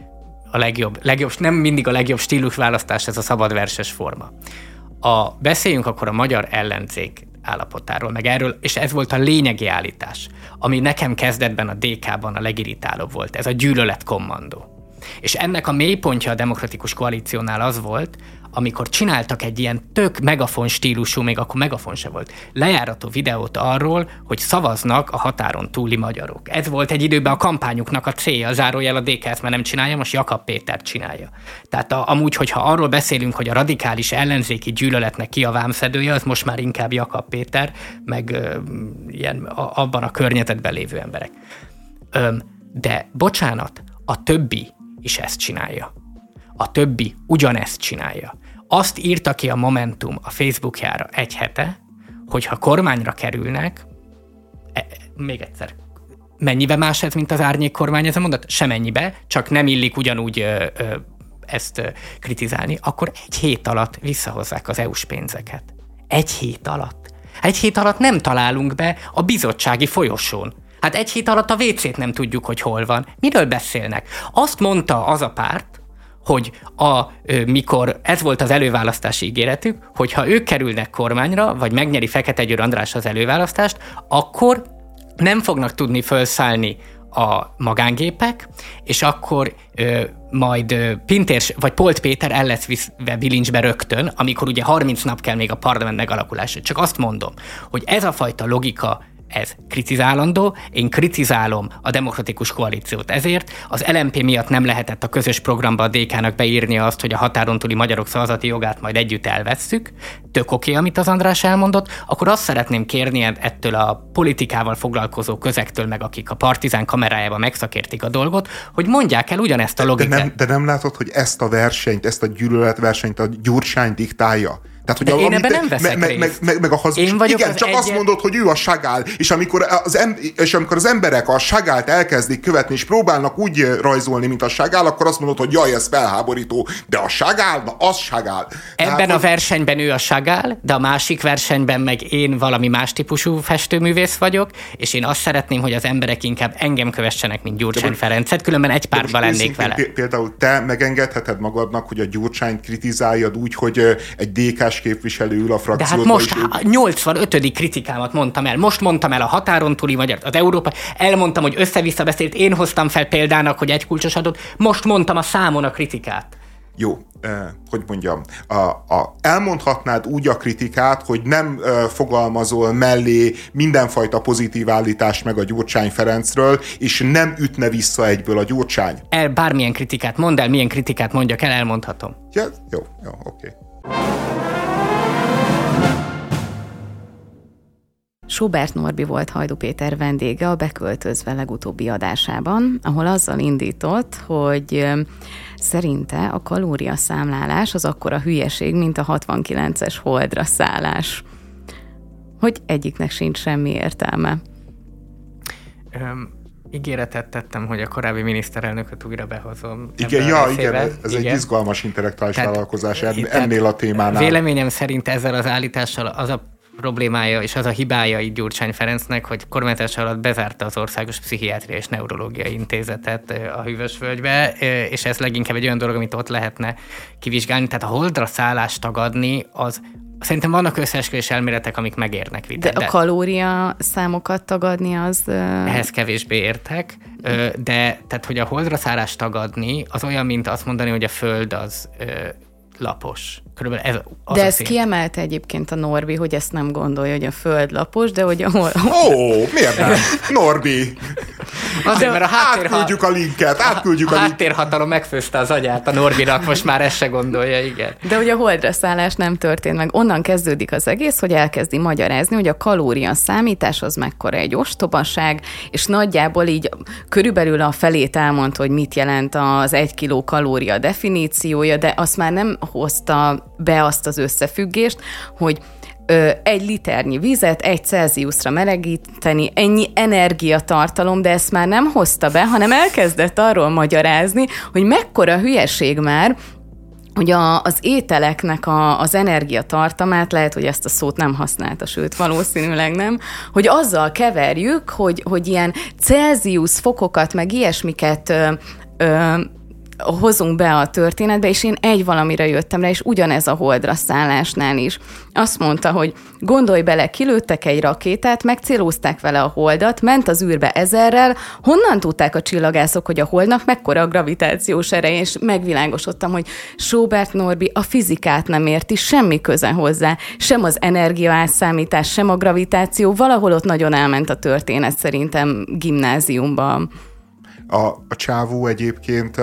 a legjobb, legjobb, nem mindig a legjobb stílusválasztás ez a szabadverses forma. A, beszéljünk akkor a magyar ellenzék állapotáról, meg erről, és ez volt a lényegi állítás, ami nekem kezdetben a dé ká-ban a legirritálóbb volt, ez a gyűlöletkommandó. És ennek a mélypontja a Demokratikus Koalíciónál az volt, amikor csináltak egy ilyen tök megafon stílusú, még akkor megafon se volt, lejárató videót arról, hogy szavaznak a határon túli magyarok. Ez volt egy időben a kampányuknak a célja, zárójel a dé ká ezt már nem csinálja, most Jakab Péter csinálja. Tehát a, amúgy, hogyha arról beszélünk, hogy a radikális ellenzéki gyűlöletnek ki a vámszedője, az most már inkább Jakab Péter, meg ö, ilyen, a, abban a környezetben lévő emberek. Ö, de bocsánat, a többi is ezt csinálja. A többi ugyanezt csinálja. Azt írta ki a Momentum a Facebookjára egy hete, hogyha kormányra kerülnek, e, még egyszer, mennyibe más ez, mint az árnyék kormány ez a mondat? Semennyibe, csak nem illik ugyanúgy ö, ö, ezt ö, kritizálni, akkor egy hét alatt visszahozzák az é u-s pénzeket. Egy hét alatt. Egy hét alatt nem találunk be a bizottsági folyosón. Hát egy hét alatt a vécét nem tudjuk, hogy hol van. Miről beszélnek? Azt mondta az a párt, hogy a, mikor ez volt az előválasztási ígéretük, hogyha ők kerülnek kormányra, vagy megnyeri Fekete Győr András az előválasztást, akkor nem fognak tudni felszállni a magángépek, és akkor ö, majd ö, Pintér, vagy Polt Péter el lesz viszve bilincsbe rögtön, amikor ugye harminc nap kell még a parlament megalakulásra. Csak azt mondom, hogy ez a fajta logika, ez kritizálandó, én kritizálom a demokratikus koalíciót. Ezért az el em pé miatt nem lehetett a közös programba a dé ká-nak beírnia azt, hogy a határon túli magyarok szavazati jogát majd együtt elvesszük. Tök oké, amit az András elmondott, akkor azt szeretném kérni ettől a politikával foglalkozó közektől, meg akik a Partizán kamerájában megszakértik a dolgot, hogy mondják el ugyanezt a logikát. De nem, de nem látod, hogy ezt a versenyt, ezt a gyűlöletversenyt a Gyurcsány diktálja? Tehát, hogy de a, én ebben nem veszek me, me, me, meg a hazugság. Igen, az csak egyen... azt mondod, hogy ő a Chagall, és amikor az, em, és amikor az emberek a Chagallt elkezdik követni, és próbálnak úgy rajzolni, mint a Chagall, akkor azt mondod, hogy jaj, ez felháborító, de a Chagall, na az Chagall. Ebben Tehát, a versenyben ő a Chagall, de a másik versenyben meg én valami más típusú festőművész vagyok, és én azt szeretném, hogy az emberek inkább engem kövessenek, mint Gyurcsány de Ferencet, különben egy pártban lennék vele. Például te megengedheted magadnak, hogy a Gyurcsányt kritizáljad úgy, hogy egy dé ká-s képviselő ül a frakciódban. De hát most ő... nyolcvanötödik kritikámat mondtam el. Most mondtam el a határon túli magyar, az Európa. Elmondtam, hogy össze-vissza beszélt. Én hoztam fel példának, hogy egy kulcsos adott. Most mondtam a számon a kritikát. Jó, eh, hogy mondjam, a, a, elmondhatnád úgy a kritikát, hogy nem eh, fogalmazol mellé mindenfajta pozitív állítást meg a Gyurcsány Ferencről, és nem ütne vissza egyből a Gyurcsány. El bármilyen kritikát mondd el, milyen kritikát mondjak el, elmondhatom. Ja, jó, jó, oké. Schubert Norbi volt Hajdú Péter vendége a Beköltözve legutóbbi adásában, ahol azzal indított, hogy szerinte a kalóriaszámlálás az akkora hülyeség, mint a hatvankilences holdra szállás. Hogy egyiknek sincs semmi értelme. Um. Ígéretet tettem, hogy a korábbi miniszterelnököt újra behozom. Igen, ja, igen, ez igen. Egy izgalmas intellektuális tehát, vállalkozás ennél a témánál. Véleményem szerint ezzel az állítással az a problémája és az a hibája így Gyurcsány Ferencnek, hogy kormányzása alatt bezárta az Országos Pszichiátriai és Neurológiai Intézetet a Hűvösvölgybe, és ez leginkább egy olyan dolog, amit ott lehetne kivizsgálni. Tehát a holdra szállást tagadni, az szerintem vannak összeesküvés elméletek, amik megérnek vitát. De a kalória számokat tagadni az... Ehhez kevésbé értek, de tehát, hogy a holdra szállást tagadni, az olyan, mint azt mondani, hogy a Föld az lapos. Körülbelül ez az de ezt kiemelte egyébként a Norbi, hogy ezt nem gondolja, hogy a Föld lapos, de hogy a... Ó, oh, miért nem? Norbi! Azért, mert a háttérha... Átküldjük a linket, átküldjük a, a, a háttérhatalom megfőzte az agyát a Norbinak, most már ezt se gondolja, igen. De hogy a holdra szállás nem történt meg. Onnan kezdődik az egész, hogy elkezdi magyarázni, hogy a kalória számítás az mekkora egy ostobaság, és nagyjából így körülbelül a felét elmondta, hogy mit jelent az egy kiló kalória definíciója, de azt már nem hozta be azt az összefüggést, hogy ö, egy liternyi vizet egy Celsiusra melegíteni, ennyi energiatartalom, de ezt már nem hozta be, hanem elkezdett arról magyarázni, hogy mekkora hülyeség már, hogy a, az ételeknek a, az energiatartamát, lehet, hogy ezt a szót nem használta, sőt, valószínűleg nem, hogy azzal keverjük, hogy, hogy ilyen Celsius fokokat, meg ilyesmiket ö, ö, hozunk be a történetbe, és én egy valamire jöttem rá, és ugyanez a holdra szállásnál is. Azt mondta, hogy gondolj bele, kilőttek egy rakétát, megcélozták vele a holdat, ment az űrbe ezerrel, honnan tudták a csillagászok, hogy a holdnak mekkora a gravitációs ereje, és megvilágosodtam, hogy Schubert Norbi a fizikát nem érti, semmi köze hozzá, sem az energiaátszámítás, sem a gravitáció, valahol ott nagyon elment a történet szerintem gimnáziumban. A, a csávó egyébként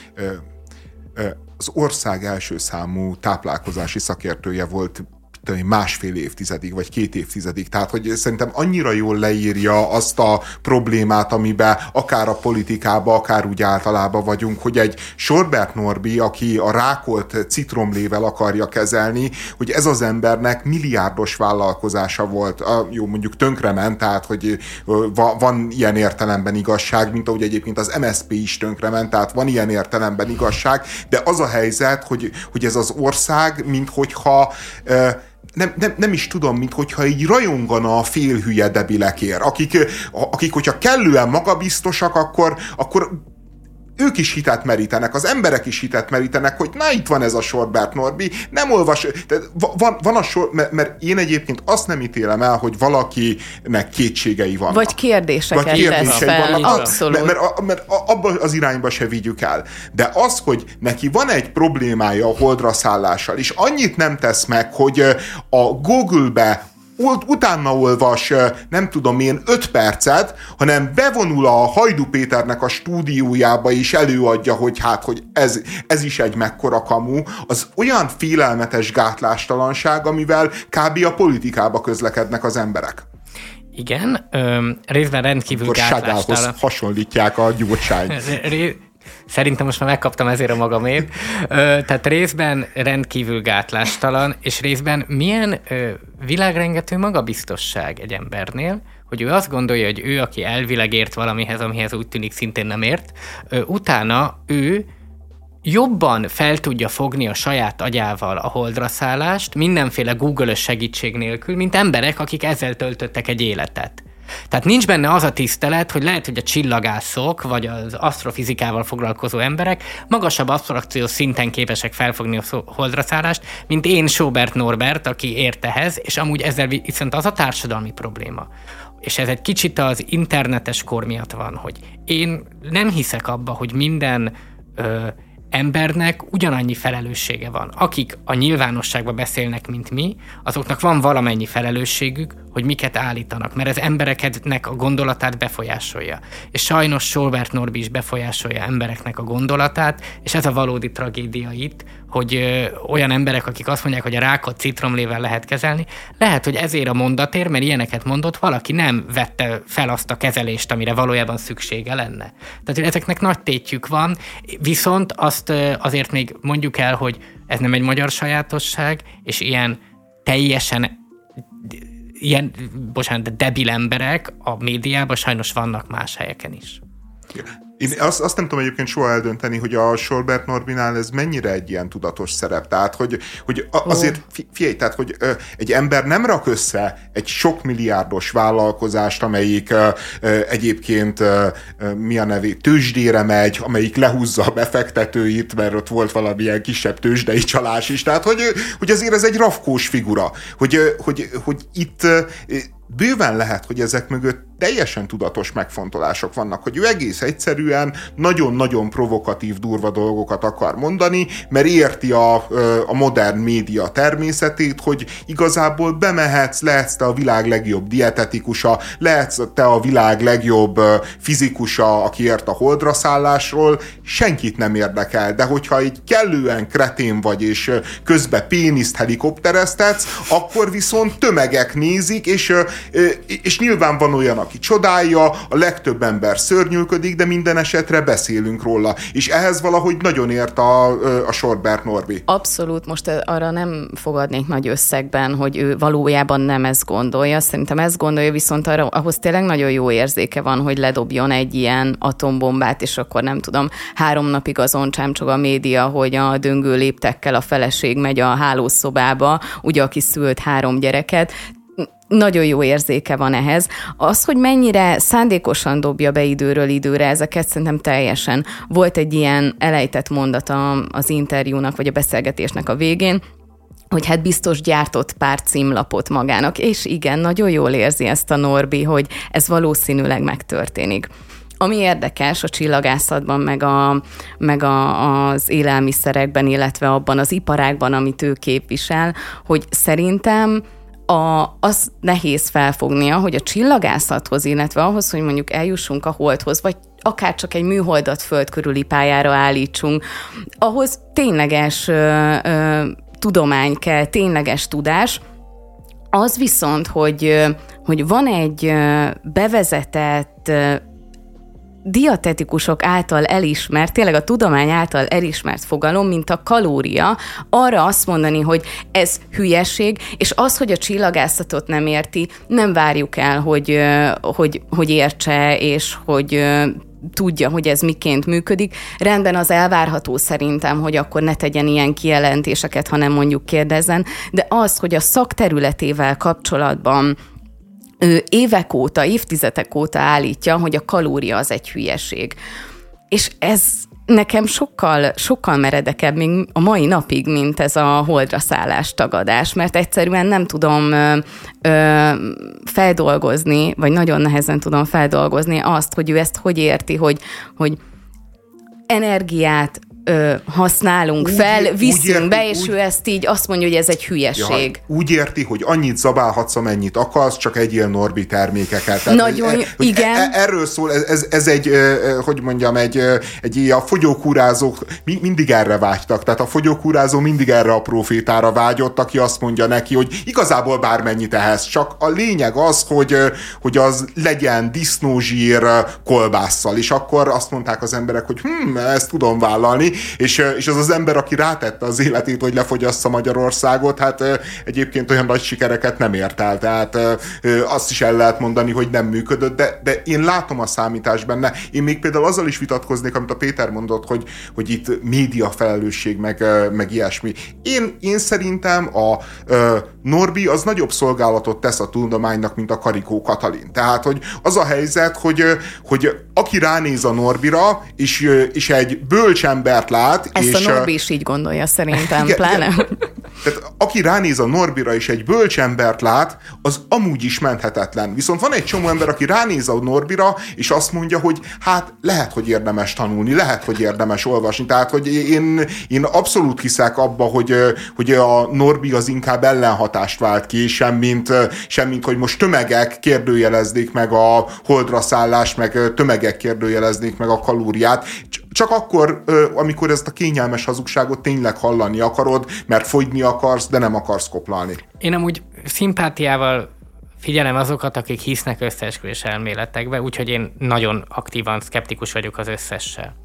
az ország első számú táplálkozási szakértője volt másfél évtizedig, vagy két évtizedig. Tehát, hogy szerintem annyira jól leírja azt a problémát, amiben akár a politikába, akár úgy általában vagyunk, hogy egy Schubert Norbi, aki a rákolt citromlével akarja kezelni, hogy ez az embernek milliárdos vállalkozása volt. A, jó, mondjuk tönkrement, tehát, hogy va, van ilyen értelemben igazság, mint ahogy egyébként az em es zé pé is tönkrement, tehát van ilyen értelemben igazság, de az a helyzet, hogy, hogy ez az ország, minthogyha Nem, nem, nem is tudom, minthogyha így rajongana a félhülye debilekért, akik, akik, hogyha kellően magabiztosak, akkor, akkor ők is hitet merítenek, az emberek is hitet merítenek, hogy na, itt van ez a Sorbert Norbi, nem olvas, tehát van, van a sor, mert, mert én egyébként azt nem ítélem el, hogy valakinek kétségei vannak. Vagy kérdéseket Vagy kérdései tesz fel. vannak. Abszolút. Mert, mert, mert abban az irányba se vigyük el. De az, hogy neki van egy problémája a holdra szállással, és annyit nem tesz meg, hogy a Google-be utána olvas, nem tudom én, öt percet, hanem bevonul a Hajdú Péternek a stúdiójába és előadja, hogy hát, hogy ez, ez is egy mekkora kamu, az olyan félelmetes gátlástalanság, amivel kb. A politikába közlekednek az emberek. Igen, ö, részben rendkívül gátlástalan. Hasonlítják a gyurcsányt. Szerintem most már megkaptam ezért a magamét. Ö, tehát részben rendkívül gátlástalan, és részben milyen ö, világrengető magabiztosság egy embernél, hogy ő azt gondolja, hogy ő, aki elvileg ért valamihez, amihez úgy tűnik szintén nem ért, ö, utána ő jobban fel tudja fogni a saját agyával a holdra szállást, mindenféle Google-ös segítség nélkül, mint emberek, akik ezzel töltöttek egy életet. Tehát nincs benne az a tisztelet, hogy lehet, hogy a csillagászok, vagy az asztrofizikával foglalkozó emberek magasabb absztrakciós szinten képesek felfogni a holdra szállást, mint én, Sobert Norbert, aki ért ehhez, és amúgy ezzel viszont az a társadalmi probléma. És ez egy kicsit az internetes kor miatt van, hogy én nem hiszek abba, hogy minden ö, embernek ugyanannyi felelőssége van. Akik a nyilvánosságba beszélnek, mint mi, azoknak van valamennyi felelősségük, hogy miket állítanak, mert ez embereknek a gondolatát befolyásolja. És sajnos Sobert Norbi is befolyásolja embereknek a gondolatát, és ez a valódi tragédia itt, hogy ö, olyan emberek, akik azt mondják, hogy a rákot citromlével lehet kezelni, lehet, hogy ezért a mondatért, mert ilyeneket mondott, valaki nem vette fel azt a kezelést, amire valójában szüksége lenne. Tehát, hogy ezeknek nagy tétjük van, viszont azt ö, azért még mondjuk el, hogy ez nem egy magyar sajátosság, és ilyen teljesen ilyen, bocsánat, de debil emberek a médiában sajnos vannak más helyeken is. Én azt, azt nem tudom egyébként soha eldönteni, hogy a Sorbert Norbinál ez mennyire egy ilyen tudatos szerep. Tehát, hogy, hogy azért, figyelj, tehát, hogy ö, egy ember nem rak össze egy sok milliárdos vállalkozást, amelyik ö, ö, egyébként ö, ö, mi a nevé, tőzsdére megy, amelyik lehúzza a befektetőit, mert ott volt valamilyen kisebb tőzsdei csalás is. Tehát, hogy, hogy azért ez egy rafkós figura. Hogy, hogy, hogy itt ö, bőven lehet, hogy ezek mögött teljesen tudatos megfontolások vannak, hogy ő egész egyszerűen nagyon-nagyon provokatív, durva dolgokat akar mondani, mert érti a, a modern média természetét, hogy igazából bemehetsz, lehetsz te a világ legjobb dietetikusa, lehetsz te a világ legjobb fizikusa, aki ért a holdra szállásról, senkit nem érdekel, de hogyha egy kellően kretén vagy, és közben péniszt helikoptereztetsz, akkor viszont tömegek nézik, és, és nyilván van olyan, aki csodálja, a legtöbb ember szörnyűködik, de minden esetre beszélünk róla. És ehhez valahogy nagyon ért a, a Sorbert Norbi. Abszolút, most arra nem fogadnék nagy összegben, hogy ő valójában nem ezt gondolja. Szerintem ezt gondolja, viszont arra, ahhoz tényleg nagyon jó érzéke van, hogy ledobjon egy ilyen atombombát, és akkor nem tudom, három napig azon csámcsog a média, hogy a döngő léptekkel a feleség megy a hálószobába, ugye aki szült három gyereket. Nagyon jó érzéke van ehhez. Az, hogy mennyire szándékosan dobja be időről időre ezeket, szerintem teljesen. Volt egy ilyen elejtett mondata az interjúnak, vagy a beszélgetésnek a végén, hogy hát biztos gyártott pár címlapot magának, és igen, nagyon jól érzi ezt a Norbi, hogy ez valószínűleg megtörténik. Ami érdekes a csillagászatban, meg, a, meg a, az élelmiszerekben, illetve abban az iparágban, amit ő képvisel, hogy szerintem A, az nehéz felfognia, hogy a csillagászathoz, illetve ahhoz, hogy mondjuk eljussunk a Holdhoz, vagy akár csak egy műholdat föld körüli pályára állítsunk, ahhoz tényleges ö, ö, tudomány kell, tényleges tudás. Az viszont, hogy, hogy van egy bevezetett dietetikusok által elismert, tényleg a tudomány által elismert fogalom, mint a kalória, arra azt mondani, hogy ez hülyeség, és az, hogy a csillagászatot nem érti, nem várjuk el, hogy, hogy, hogy értse, és hogy tudja, hogy ez miként működik. Rendben, az elvárható szerintem, hogy akkor ne tegyen ilyen kijelentéseket, hanem mondjuk kérdezzen, de az, hogy a szakterületével kapcsolatban ő évek óta, évtizedek óta állítja, hogy a kalória az egy hülyeség. És ez, nekem sokkal, sokkal meredekebb még a mai napig, mint ez a holdra szállás tagadás, mert egyszerűen nem tudom ö, ö, feldolgozni, vagy nagyon nehezen tudom feldolgozni azt, hogy ő ezt hogy érti, hogy, hogy energiát Ö, használunk úgy, fel, viszünk érti, be, és úgy, ő ezt így azt mondja, hogy ez egy hülyeség. Ja, úgy érti, hogy annyit zabálhatsz, amennyit akarsz, csak egyél Norbi termékeket. Tehát, Nagyon, hogy, hogy igen. E, erről szól, ez, ez egy, hogy mondjam, egy, egy a fogyókúrázók mindig erre vágytak. Tehát a fogyókúrázó mindig erre a profétára vágyott, aki azt mondja neki, hogy igazából bármennyit ehhez, csak a lényeg az, hogy, hogy az legyen disznózsír kolbásszal, és akkor azt mondták az emberek, hogy hm, ezt tudom vállalni, És, és az az ember, aki rátette az életét, hogy lefogyassza Magyarországot, hát egyébként olyan nagy sikereket nem ért el, tehát azt is el lehet mondani, hogy nem működött, de, de én látom a számítást benne. Én még például azzal is vitatkoznék, amit a Péter mondott, hogy, hogy itt média felelősség, meg, meg ilyesmi. Én, én szerintem a, a Norbi az nagyobb szolgálatot tesz a tudománynak, mint a Karikó Katalin. Tehát, hogy az a helyzet, hogy, hogy aki ránéz a Norbira, és, és egy bölcsember lát. Ezt és a Norbi is így gondolja szerintem, igen, pláne. Igen. Tehát aki ránéz a Norbira és egy bölcsembert lát, az amúgy is menthetetlen. Viszont van egy csomó ember, aki ránéz a Norbira, és azt mondja, hogy hát lehet, hogy érdemes tanulni, lehet, hogy érdemes olvasni. Tehát, hogy én, én abszolút hiszek abba, hogy, hogy a Norbi az inkább ellenhatást vált ki, semmint, semmint, hogy most tömegek kérdőjeleznék meg a holdra szállást, meg tömegek kérdőjeleznék meg a kalóriát. Csak akkor, amikor ezt a kényelmes hazugságot tényleg hallani akarod, mert fogyni akarsz, de nem akarsz koplalni. Én amúgy szimpátiával figyelem azokat, akik hisznek összeesküvés elméletekbe, úgyhogy én nagyon aktívan szkeptikus vagyok az összessel.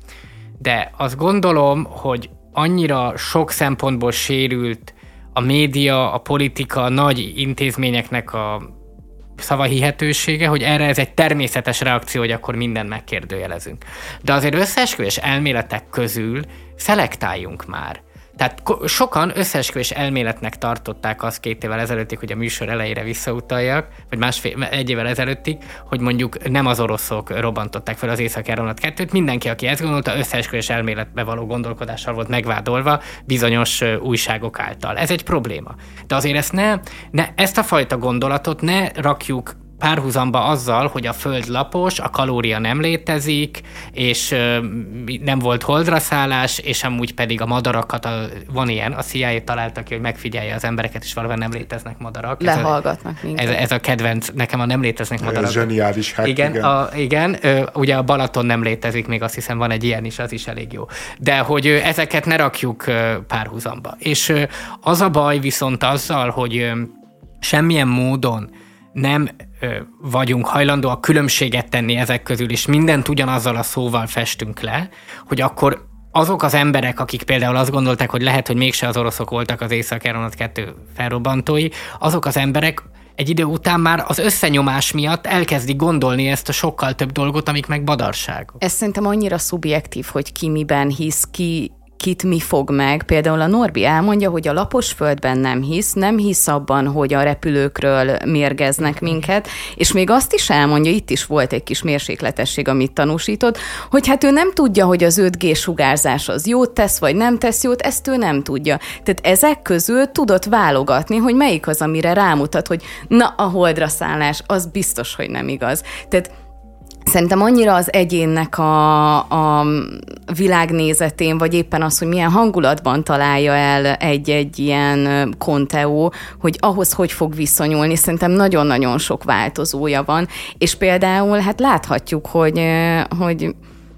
De azt gondolom, hogy annyira sok szempontból sérült a média, a politika, a nagy intézményeknek a szavahihetősége, hogy erre ez egy természetes reakció, hogy akkor mindent megkérdőjelezünk. De azért összeesküvés elméletek közül szelektáljunk már. Tehát sokan összeesküvés elméletnek tartották azt két évvel ezelőttig, hogy a műsor elejére visszautaljak, vagy másfél, egy évvel ezelőttig, hogy mondjuk nem az oroszok robbantották fel az Északi Áramlat kettőt, mindenki, aki ezt gondolta, összeesküvés elméletbe való gondolkodással volt megvádolva bizonyos újságok által. Ez egy probléma. De azért ezt, ne, ne, ezt a fajta gondolatot ne rakjuk párhuzamba azzal, hogy a Föld lapos, a kalória nem létezik, és ö, nem volt holdra szállás, és amúgy pedig a madarakat, a, van ilyen, a C I A találta ki, hogy megfigyelje az embereket, és valóban nem léteznek madarak. Lehallgatnak ez minket. Ez, ez a kedvenc, nekem a nem léteznek madarak. Ez zseniális hack, igen. Igen, a, igen ö, ugye a Balaton nem létezik, még azt hiszem van egy ilyen is, az is elég jó. De hogy ö, ezeket ne rakjuk ö, párhuzamba. És ö, az a baj viszont azzal, hogy ö, semmilyen módon nem ö, vagyunk hajlandóak különbséget tenni ezek közül, és mindent ugyanazzal a szóval festünk le, hogy akkor azok az emberek, akik például azt gondolták, hogy lehet, hogy mégse az oroszok voltak az Északi Áramlat kettő felrobbantói, azok az emberek egy idő után már az összenyomás miatt elkezdik gondolni ezt a sokkal több dolgot, amik meg badarságok. Ez szerintem annyira szubjektív, hogy ki miben hisz, ki kit mi fog meg. Például a Norbi elmondja, hogy a lapos földben nem hisz, nem hisz abban, hogy a repülőkről mérgeznek minket, és még azt is elmondja, itt is volt egy kis mérsékletesség, amit tanúsított, hogy hát ő nem tudja, hogy az öt G sugárzás az jót tesz, vagy nem tesz jót, ezt ő nem tudja. Tehát ezek közül tudott válogatni, hogy melyik az, amire rámutat, hogy na, a holdra szállás, az biztos, hogy nem igaz. Tehát szerintem annyira az egyénnek a, a világnézetén, vagy éppen az, hogy milyen hangulatban találja el egy-egy ilyen konteó, hogy ahhoz hogy fog viszonyulni, szerintem nagyon-nagyon sok változója van, és például hát láthatjuk, hogy, hogy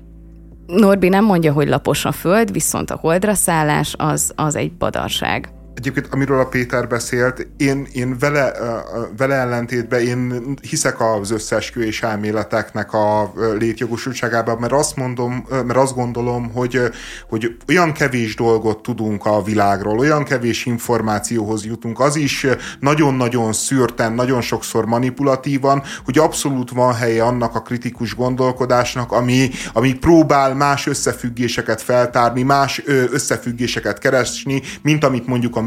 Norbi nem mondja, hogy lapos a föld, viszont a holdra szállás az, az egy badarság. Egyébként, amiről a Péter beszélt, én, én vele, vele ellentétben én hiszek az összeesküvés elméleteknek a létjogosultságában, mert azt mondom, mert azt gondolom, hogy, hogy olyan kevés dolgot tudunk a világról, olyan kevés információhoz jutunk, az is nagyon-nagyon szűrten, nagyon sokszor manipulatívan, hogy abszolút van helye annak a kritikus gondolkodásnak, ami, ami próbál más összefüggéseket feltárni, más összefüggéseket keresni, mint amit mondjuk a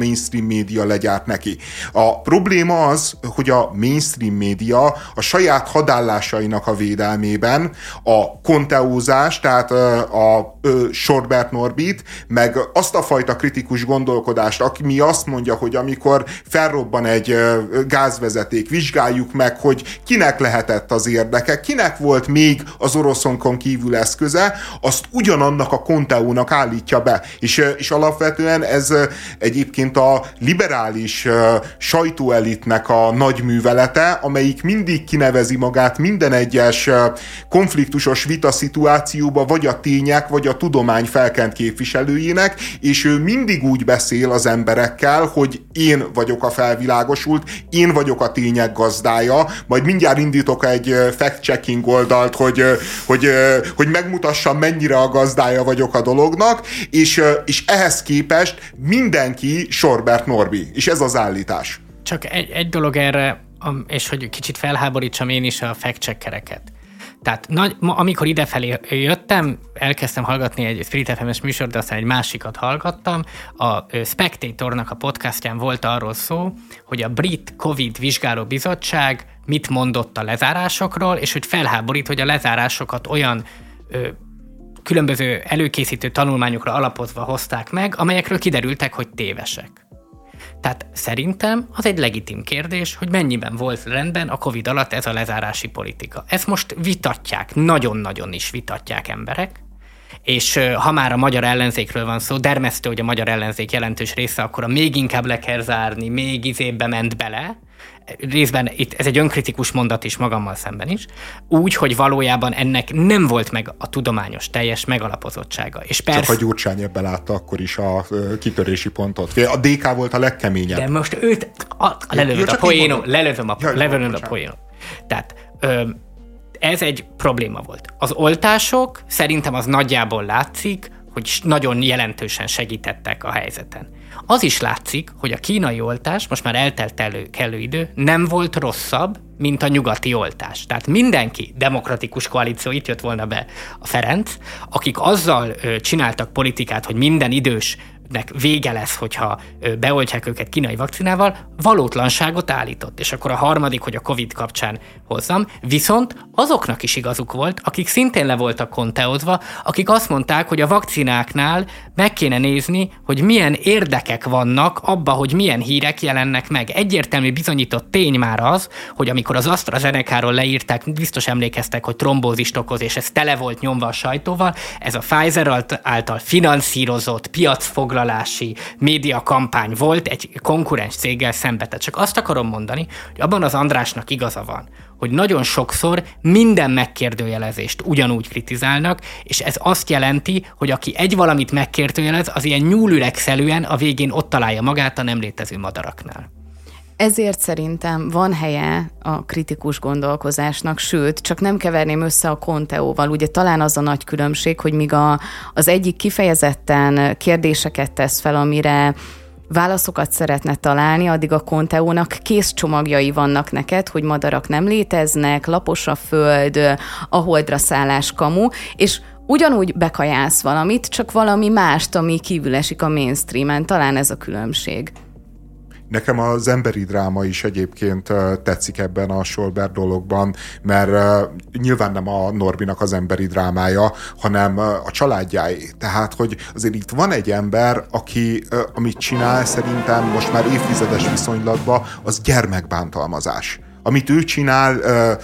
mainstream média legyárt neki. A probléma az, hogy a mainstream média a saját hadállásainak a védelmében a konteózás, tehát a, a Sorbert Norbit, meg azt a fajta kritikus gondolkodást, ami azt mondja, hogy amikor felrobban egy gázvezeték, vizsgáljuk meg, hogy kinek lehetett az érdeke, kinek volt még az oroszonkon kívül eszköze, azt ugyanannak a konteónak állítja be. És, és alapvetően ez egyébként a liberális sajtóelitnek a nagy művelete, amelyik mindig kinevezi magát minden egyes konfliktusos vita szituációba, vagy a tények, vagy a tudomány felkent képviselőjének, és ő mindig úgy beszél az emberekkel, hogy én vagyok a felvilágosult, én vagyok a tények gazdája, majd mindjárt indítok egy fact-checking oldalt, hogy, hogy, hogy megmutassam, mennyire a gazdája vagyok a dolognak, és, és ehhez képest mindenki Sorbert Norbi, és ez az állítás. Csak egy, egy dolog erre, és hogy kicsit felháborítsam én is a fact-checkereket. Tehát nagy, ma, amikor idefelé jöttem, elkezdtem hallgatni egy Spirit ef em-es műsort, de aztán egy másikat hallgattam. A Spectatornak a podcastján volt arról szó, hogy a brit Covid vizsgáló bizottság mit mondott a lezárásokról, és hogy felháborít, hogy a lezárásokat olyan ö, különböző előkészítő tanulmányokra alapozva hozták meg, amelyekről kiderültek, hogy tévesek. Tehát szerintem az egy legitim kérdés, hogy mennyiben volt rendben a Covid alatt ez a lezárási politika. Ezt most vitatják, nagyon-nagyon is vitatják emberek, és ha már a magyar ellenzékről van szó, dermesztő, hogy a magyar ellenzék jelentős része, akkor a még inkább le kell zárni, még izébe ment bele, részben itt ez egy önkritikus mondat is magammal szemben is, úgy, hogy valójában ennek nem volt meg a tudományos teljes megalapozottsága. És persze, csak a Gyurcsány ebben látta akkor is a kitörési pontot. A dé ká volt a legkeményebb. De most őt a, a, lelövöm a poénot, lelövöm a, lelövöm a poénot. Tehát ö, ez egy probléma volt. Az oltások szerintem az nagyjából látszik, hogy nagyon jelentősen segítettek a helyzeten. Az is látszik, hogy a kínai oltás, most már eltelt elő, kellő idő, nem volt rosszabb, mint a nyugati oltás. Tehát mindenki, demokratikus koalíció, itt jött volna be a Ferenc, akik azzal ö, csináltak politikát, hogy minden idősnek vége lesz, hogyha ö, beoltják őket kínai vakcinával, valótlanságot állított. És akkor a harmadik, hogy a Covid kapcsán hozzam, viszont azoknak is igazuk volt, akik szintén le voltak konteózva, akik azt mondták, hogy a vakcináknál meg kéne nézni, hogy milyen érdekek vannak abba, hogy milyen hírek jelennek meg. Egyértelmű bizonyított tény már az, hogy amikor az AstraZeneca-ról leírták, biztos emlékeztek, hogy trombózist okoz, és ez tele volt nyomva a sajtóval, ez a Pfizer által finanszírozott piacfoglalási médiakampány volt egy konkurens céggel szembe. Tehát csak azt akarom mondani, hogy abban az Andrásnak igaza van, hogy nagyon sokszor minden megkérdőjelezést ugyanúgy kritizálnak, és ez azt jelenti, hogy aki egy valamit megkérdőjelez, az ilyen nyúlüregszerűen a végén ott találja magát a nem létező madaraknál. Ezért szerintem van helye a kritikus gondolkozásnak, sőt, csak nem keverném össze a konteóval. Ugye talán az a nagy különbség, hogy míg a, az egyik kifejezetten kérdéseket tesz fel, amire válaszokat szeretne találni, addig a konteónak kész csomagjai vannak neked, hogy madarak nem léteznek, lapos a föld, a holdra szállás kamu, és ugyanúgy bekajálsz valamit, csak valami mást, ami kívül esik a mainstreamen. Talán ez a különbség. Nekem az emberi dráma is egyébként tetszik ebben a Sorbert dologban, mert nyilván nem a Norbinak az emberi drámája, hanem a családjáé. Tehát, hogy azért itt van egy ember, aki amit csinál, szerintem most már évtizedes viszonylatban, az gyermekbántalmazás. Amit ő csinál,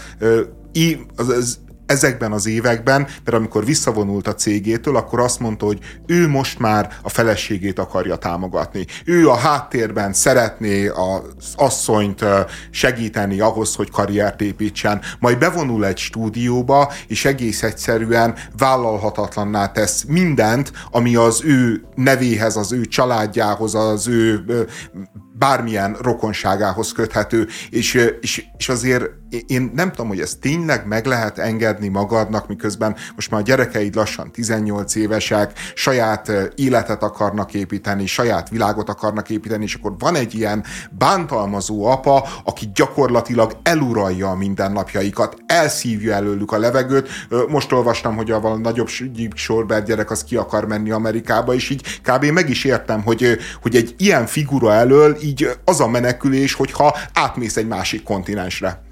az, az ezekben az években, mert amikor visszavonult a cégétől, akkor azt mondta, hogy ő most már a feleségét akarja támogatni. Ő a háttérben szeretné az asszonyt segíteni ahhoz, hogy karriert építsen. Majd bevonul egy stúdióba, és egész egyszerűen vállalhatatlanná tesz mindent, ami az ő nevéhez, az ő családjához, az ő bármilyen rokonságához köthető. És, és, és azért én nem tudom, hogy ezt tényleg meg lehet engedni magadnak, miközben most már a gyerekeid lassan tizennyolc évesek, saját életet akarnak építeni, saját világot akarnak építeni, és akkor van egy ilyen bántalmazó apa, aki gyakorlatilag eluralja a mindennapjaikat, elszívja előlük a levegőt. Most olvastam, hogy a valami nagyobb Sorbert gyerek az ki akar menni Amerikába, és így kb. Meg is értem, hogy, hogy egy ilyen figura elől így az a menekülés, hogyha átmész egy másik kontinensre.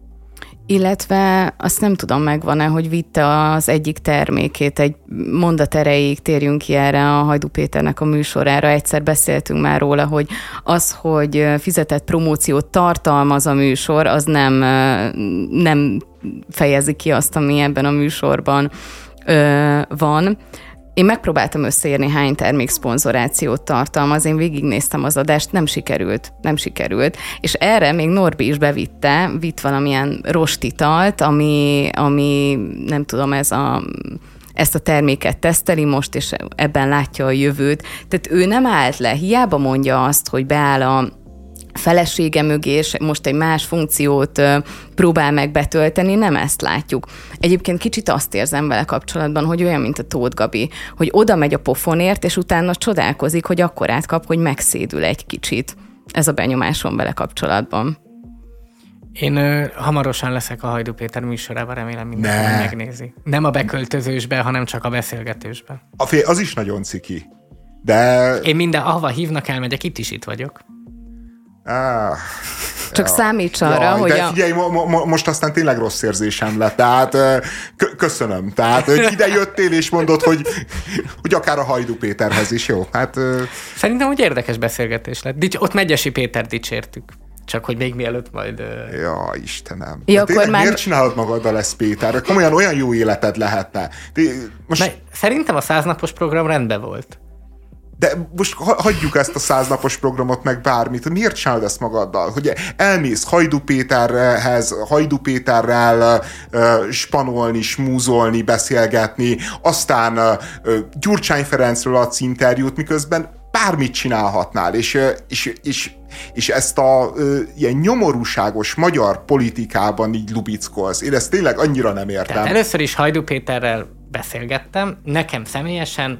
Illetve azt nem tudom, megvan-e, hogy vitte az egyik termékét, egy mondat erejéig térjünk ki erre a Hajdú Péternek a műsorára. Egyszer beszéltünk már róla, hogy az, hogy fizetett promóciót tartalmaz a műsor, az nem, nem fejezi ki azt, ami ebben a műsorban ö, van. Én megpróbáltam összeírni, hány termékszponzorációt tartalmaz, én végignéztem az adást, nem sikerült, nem sikerült. És erre még Norbi is bevitte, vitt valamilyen rostitalt, ami, ami nem tudom, ez a, ezt a terméket teszteli most, és ebben látja a jövőt. Tehát ő nem állt le, hiába mondja azt, hogy beáll a felesége mögé, és most egy más funkciót próbál meg betölteni, nem ezt látjuk. Egyébként kicsit azt érzem vele kapcsolatban, hogy olyan, mint a Tóth Gabi, hogy oda megy a pofonért, és utána csodálkozik, hogy akkorát kap, hogy megszédül egy kicsit. Ez a benyomásom vele kapcsolatban. Én ö, hamarosan leszek a Hajdú Péter műsorában, remélem mindenki ne. megnézi. Nem a beköltözősben, hanem csak a beszélgetősben. A fél, az is nagyon ciki. De... Én minden, ahova hívnak, elmegyek, itt is itt vagyok. Ah, Csak ja. számíts arra, ja, hogy... De a... figyelj, mo- mo- most aztán tényleg rossz érzésem lett, tehát k- köszönöm. Tehát ide jöttél és mondod, hogy, hogy akár a Hajdú Péterhez is, jó? Hát, Szerintem úgy érdekes beszélgetés lett. Dics- ott Megyesi Péter dicsértük. Csak hogy még mielőtt majd... Ja, Istenem. Ja, hát tényleg, már... miért csinálod magaddal ezt, Péter? Komolyan olyan jó életed lehetne. De most... De szerintem a száznapos program rendben volt. De most hagyjuk ezt a száznapos programot, meg bármit. Miért csinálod ezt magaddal? Hogy elmész Hajdú Péterhez, Hajdú Péterrel uh, spanolni, smúzolni, beszélgetni, aztán uh, Gyurcsány Ferencről adsz interjút, miközben bármit csinálhatnál, és, és, és, és ezt a uh, ilyen nyomorúságos magyar politikában így lubickolsz. Én ezt tényleg annyira nem értem. Tehát először is Hajdú Péterrel beszélgettem, nekem személyesen,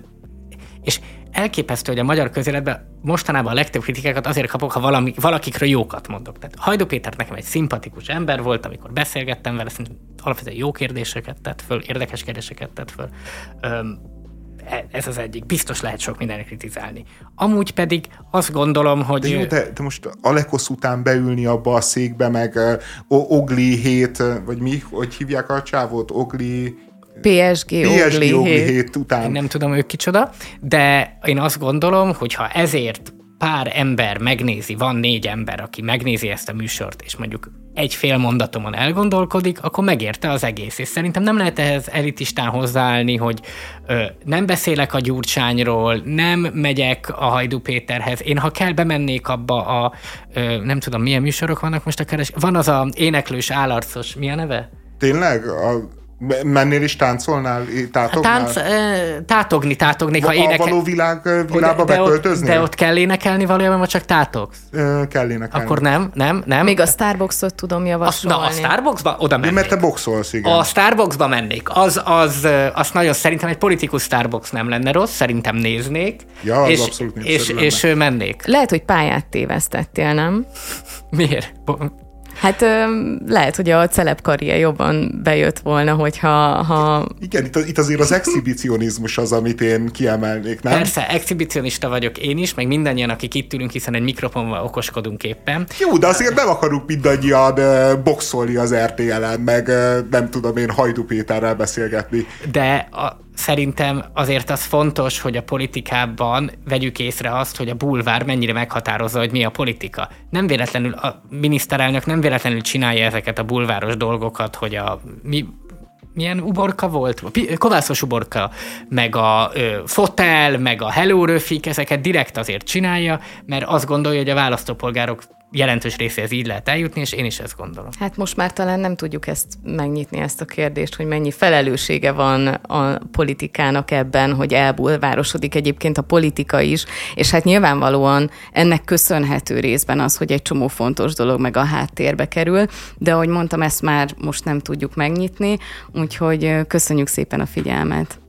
és elképesztő, hogy a magyar közéletben mostanában a legtöbb kritikákat azért kapok, ha valami, valakikről jókat mondok. Tehát Hajdú Péter nekem egy szimpatikus ember volt, amikor beszélgettem vele, szerintem alapvetően jó kérdéseket tett föl, érdekes kérdéseket tett föl. Öm, ez az egyik. Biztos lehet sok mindenre kritizálni. Amúgy pedig azt gondolom, hogy... De jó, de, de most Alekosz után beülni abba a székbe, meg uh, Ogli hét, vagy mi, hogy hívják a csávót? Ogli... pé es gé, pé es gé Ogli hét után. Én nem tudom, ők kicsoda, de én azt gondolom, hogy ha ezért pár ember megnézi, van négy ember, aki megnézi ezt a műsort, és mondjuk egy fél mondatomon elgondolkodik, akkor megérte az egész. És szerintem nem lehet ehhez elitistán hozzáállni, hogy ö, nem beszélek a Gyurcsányról, nem megyek a Hajdú Péterhez. Én, ha kell, bemennék abba a, ö, nem tudom, milyen műsorok vannak most a keres... Van az a éneklős állarcos, mi a neve? Tényleg? A... Mennél is táncolnál? Tátognál? Tánc, tátogni, tátogni. Ha a énekel... való világ, világba de, beköltözni? De ott kell énekelni valójában, vagy csak tátogsz? Kell énekelni. Akkor nem, nem, nem. Még a Starbucksot tudom javasolni. A, na, a Starbucksba oda mennék. Mert te boxolsz, igen. A Starbucksba mennék. Az, az, az nagyon szerintem egy politikus Starbucks nem lenne rossz, szerintem néznék. Ja, az és, abszolút és, és, és mennék. Lehet, hogy pályát tévesztettél, nem? Miért? Hát ö, lehet, hogy a celeb karrier jobban bejött volna, hogyha... Ha... Igen, itt, itt azért az exhibicionizmus az, amit én kiemelnék, nem? Persze, exhibicionista vagyok én is, meg mindannyian, akik itt ülünk, hiszen egy mikrofonval okoskodunk éppen. Jó, de azért nem akarunk mindannyian uh, boxolni az er té el-en, meg uh, nem tudom én Hajdú Péterrel beszélgetni. De a, szerintem azért az fontos, hogy a politikában vegyük észre azt, hogy a bulvár mennyire meghatározza, hogy mi a politika. Nem véletlenül a miniszterelnök nem véletlenül csinálja ezeket a bulváros dolgokat, hogy a mi, milyen uborka volt? Kovászos uborka, meg a ö, fotel, meg a Hello Röfik, ezeket direkt azért csinálja, mert azt gondolja, hogy a választópolgárok jelentős részéhez így lehet eljutni, és én is ezt gondolom. Hát most már talán nem tudjuk ezt megnyitni, ezt a kérdést, hogy mennyi felelőssége van a politikának ebben, hogy elbulvárosodik egyébként a politika is, és hát nyilvánvalóan ennek köszönhető részben az, hogy egy csomó fontos dolog meg a háttérbe kerül, de ahogy mondtam, ezt már most nem tudjuk megnyitni, úgyhogy köszönjük szépen a figyelmet.